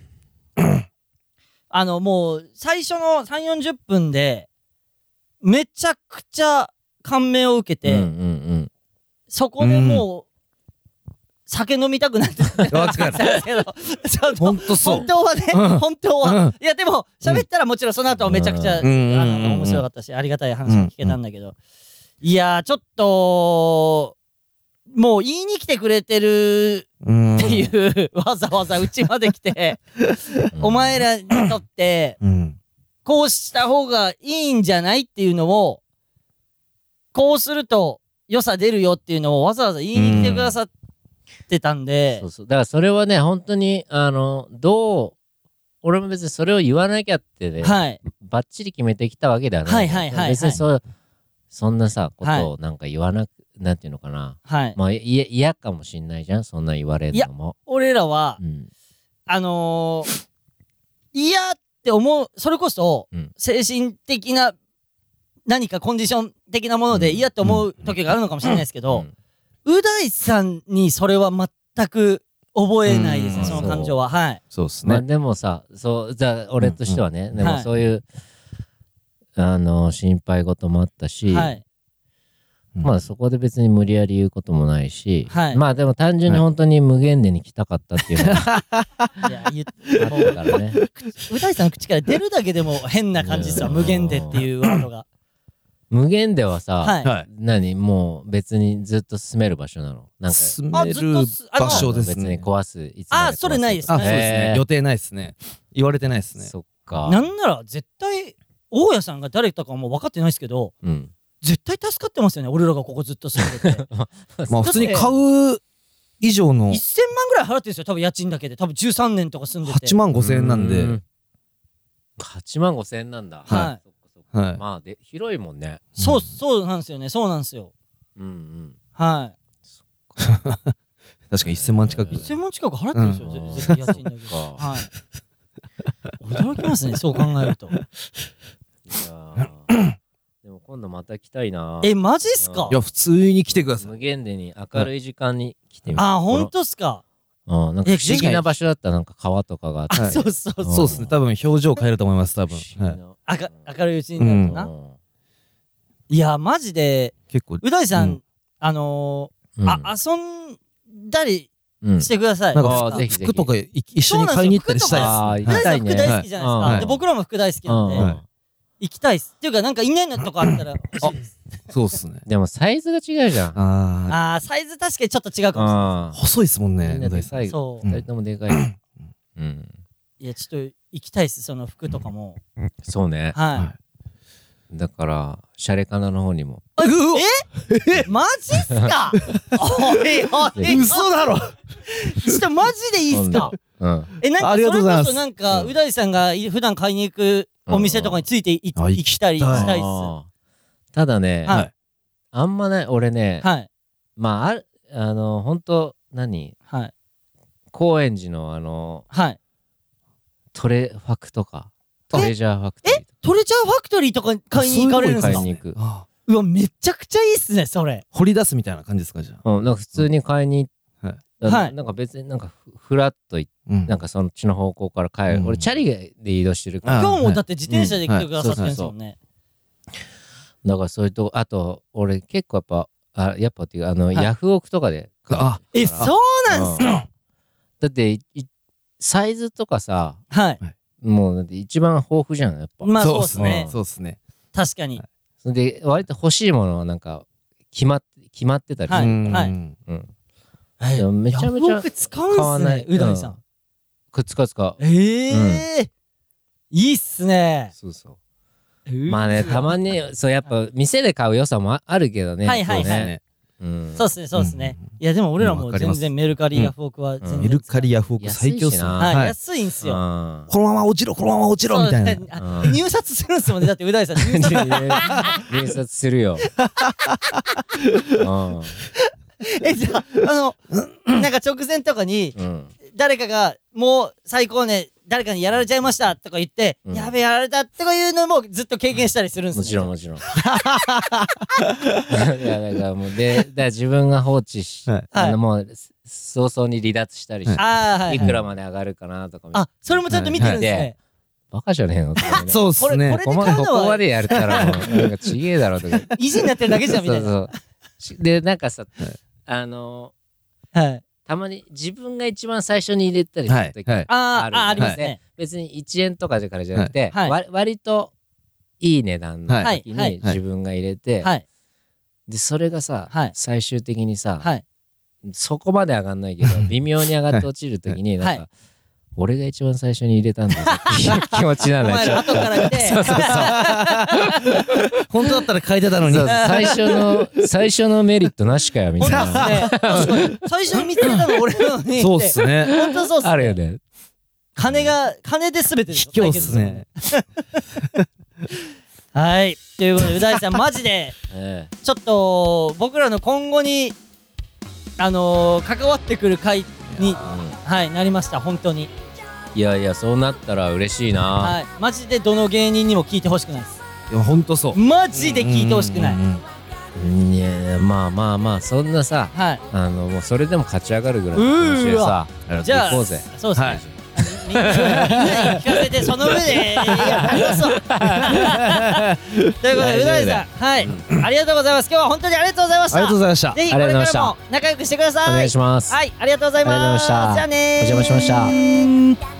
もう最初の3、40分でめちゃくちゃ感銘を受けて、そこでもう酒飲みたくなってたんですけど、 本当そう。 本当はね、本当は。いやでも喋ったらもちろんその後はめちゃくちゃ面白かったし、ありがたい話が聞けたんだけど、いやちょっともう言いに来てくれてるっていうわざわざうちまで来てお前らにとってこうした方がいいんじゃないっていうのを、こうすると良さ出るよっていうのをわざわざ言いに来てくださってたんで、 だからそれはね本当に俺も別にそれを言わなきゃってね、バッチリ決めてきたわけではない。別にそんなさことをなんか言わなくなんていうのかな、 はい、 まあ嫌かもしんないじゃん、そんな言われるのも。 俺らは、嫌って思う、それこそ、精神的な何かコンディション的なもので嫌って思う時があるのかもしれないですけど、う大さんにそれは全く覚えないですね、その感情は。はい。 そうですね。まあでもさ、じゃあ俺としてはね、でもそういう心配事もあったし、まあそこで別に無理やり言うこともないし、まあでも単純に本当に無限でに来たかったっていうのがいや言ってからね。 う大さんの口から出るだけでも変な感じですわ、無限でっていうワードが。 無限ではさ、何もう別にずっと住める場所なの？なんか住める場所ですね。 別に壊すいつまで。 それないですね。 そうですね。予定ないですね。言われてないですね。 そっか。 なんなら絶対大家さんが誰だかも分かってないですけど、絶対助かってますよね。俺らがここずっと住んでて。 まあ普通に買う以上の 1000万ぐらい払ってるんですよ。多分家賃だけで。多分13年とか住んでて。 8万5千円なんで。 8万5千円なんだ。 はい。 まあで広いもんね。 そうなんですよね。そうなんですよ。はい。 確かに1000万近く。 1000万近く払ってるんですよ。絶対家賃だけで。はい。驚きますね。そう考えると。 でも今度また来たいな。 マジっすか？ いや普通に来てください。 無限でに明るい時間に来てみて。 本当っすか？ なんか不思議な場所だったらなんか川とかがあって。 そうですね。多分表情変えると思います。多分。 明るいうちになるな。いやマジで結構う大さん遊んだりしてください。 服とか一緒に買いに行ったりしたいです。 う大さん服大好きじゃないですか。で僕らも服大好きなんで行きたいっす。っていうかなんかいないのとかあったら欲しいです。 そうっすね。 でもサイズが違うじゃん。サイズ確かにちょっと違うかもしれない。 細いっすもんね。 そう。2人ともでかい。 いやちょっと行きたいっす、その服とかも。 そうね。だからシャレカナの方にも。 マジっすか？おい嘘だろ。 ちょっとマジでいいっすか？なんかそれこそなんかう大さんが普段買いに行くお店とかについて行きたりしたいっす。 ただね、あんまね俺ね、まあ本当高円寺のトレファクとかトレジャーファクトリー、 トレジャーファクトリーとか買いに行かれるんですか？うわめちゃくちゃいいっすねそれ。 掘り出すみたいな感じですか？じゃあなんか普通に買いになんか別になんかフラッとなんかそっちの方向から帰る。俺チャリで移動してるから。 今日もだって自転車で来てくださってるんですよね。 だからそういうとこ、あと俺結構やっぱっていうヤフオクとかで。 そうなんすか？ だってサイズとかさ、もうだって一番豊富じゃんやっぱ。 まあそうですね。 そうですね。 確かに。 それで割と欲しいものはなんか決まってたりする。めちゃめちゃ買わない。う大さん。 使う。 いいっすね。 そうそう。まあねたまにそうやっぱ店で買う良さもあるけどね。そうっすね。いやでも俺らも全然メルカリヤフオクは全然。 メルカリヤフオク最強っすね。 安いんすよ。 このまま落ちろみたいな。 入札するんすもんね。だってう大さん入札するよ。 じゃあなんか直前とかに誰かがもう最高ね誰かにやられちゃいましたとか言ってやべやられたとかいうのもずっと経験したりするんですよ。もちろん。いやだからもうだから自分が放置しもう早々に離脱したりしていくらまで上がるかなとか。 それもちゃんと見てるんですね。 バカじゃねえの？ そうっすね。 ここまでやれたらなんかちげえだろとか。 意地になってるだけじゃんみたいな。 でなんかさたまに自分が一番最初に入れたりする時ありますね。 別に1円とかからじゃなくて割といい値段の時に自分が入れてでそれがさ最終的にさそこまで上がんないけど微妙に上がって落ちる時になんか俺が一番最初に入れたんだっていう気持ちなのよ。 後から見て。 本当だったら書いてたのに。 最初のメリットなしかよみたいな。 最初に見つけたの俺なのに。 そうっすね。 本当そうっすね。 あるよね。金で全て卑怯っすね。 はい、ということでう大さんマジでちょっと僕らの今後に関わってくる回に、はい、なりました。本当にいやいや、そうなったら嬉しいな。 はい、マジでどの芸人にも聞いてほしくないです。 いや本当そう、 マジで聞いてほしくない。 いやまあまあまあ、そんなさ、もうそれでも勝ち上がるぐらいの気持ちでさ、 じゃあ行こうぜ。 そうですね、みんなに聞かせて、その上でそうということでう大さん、はい、ありがとうございます。今日は本当にありがとうございました。 ありがとうございました。 ぜひこれからも仲良くしてください。 お願いします。 はい、ありがとうございます。 じゃあねー。 お邪魔しました。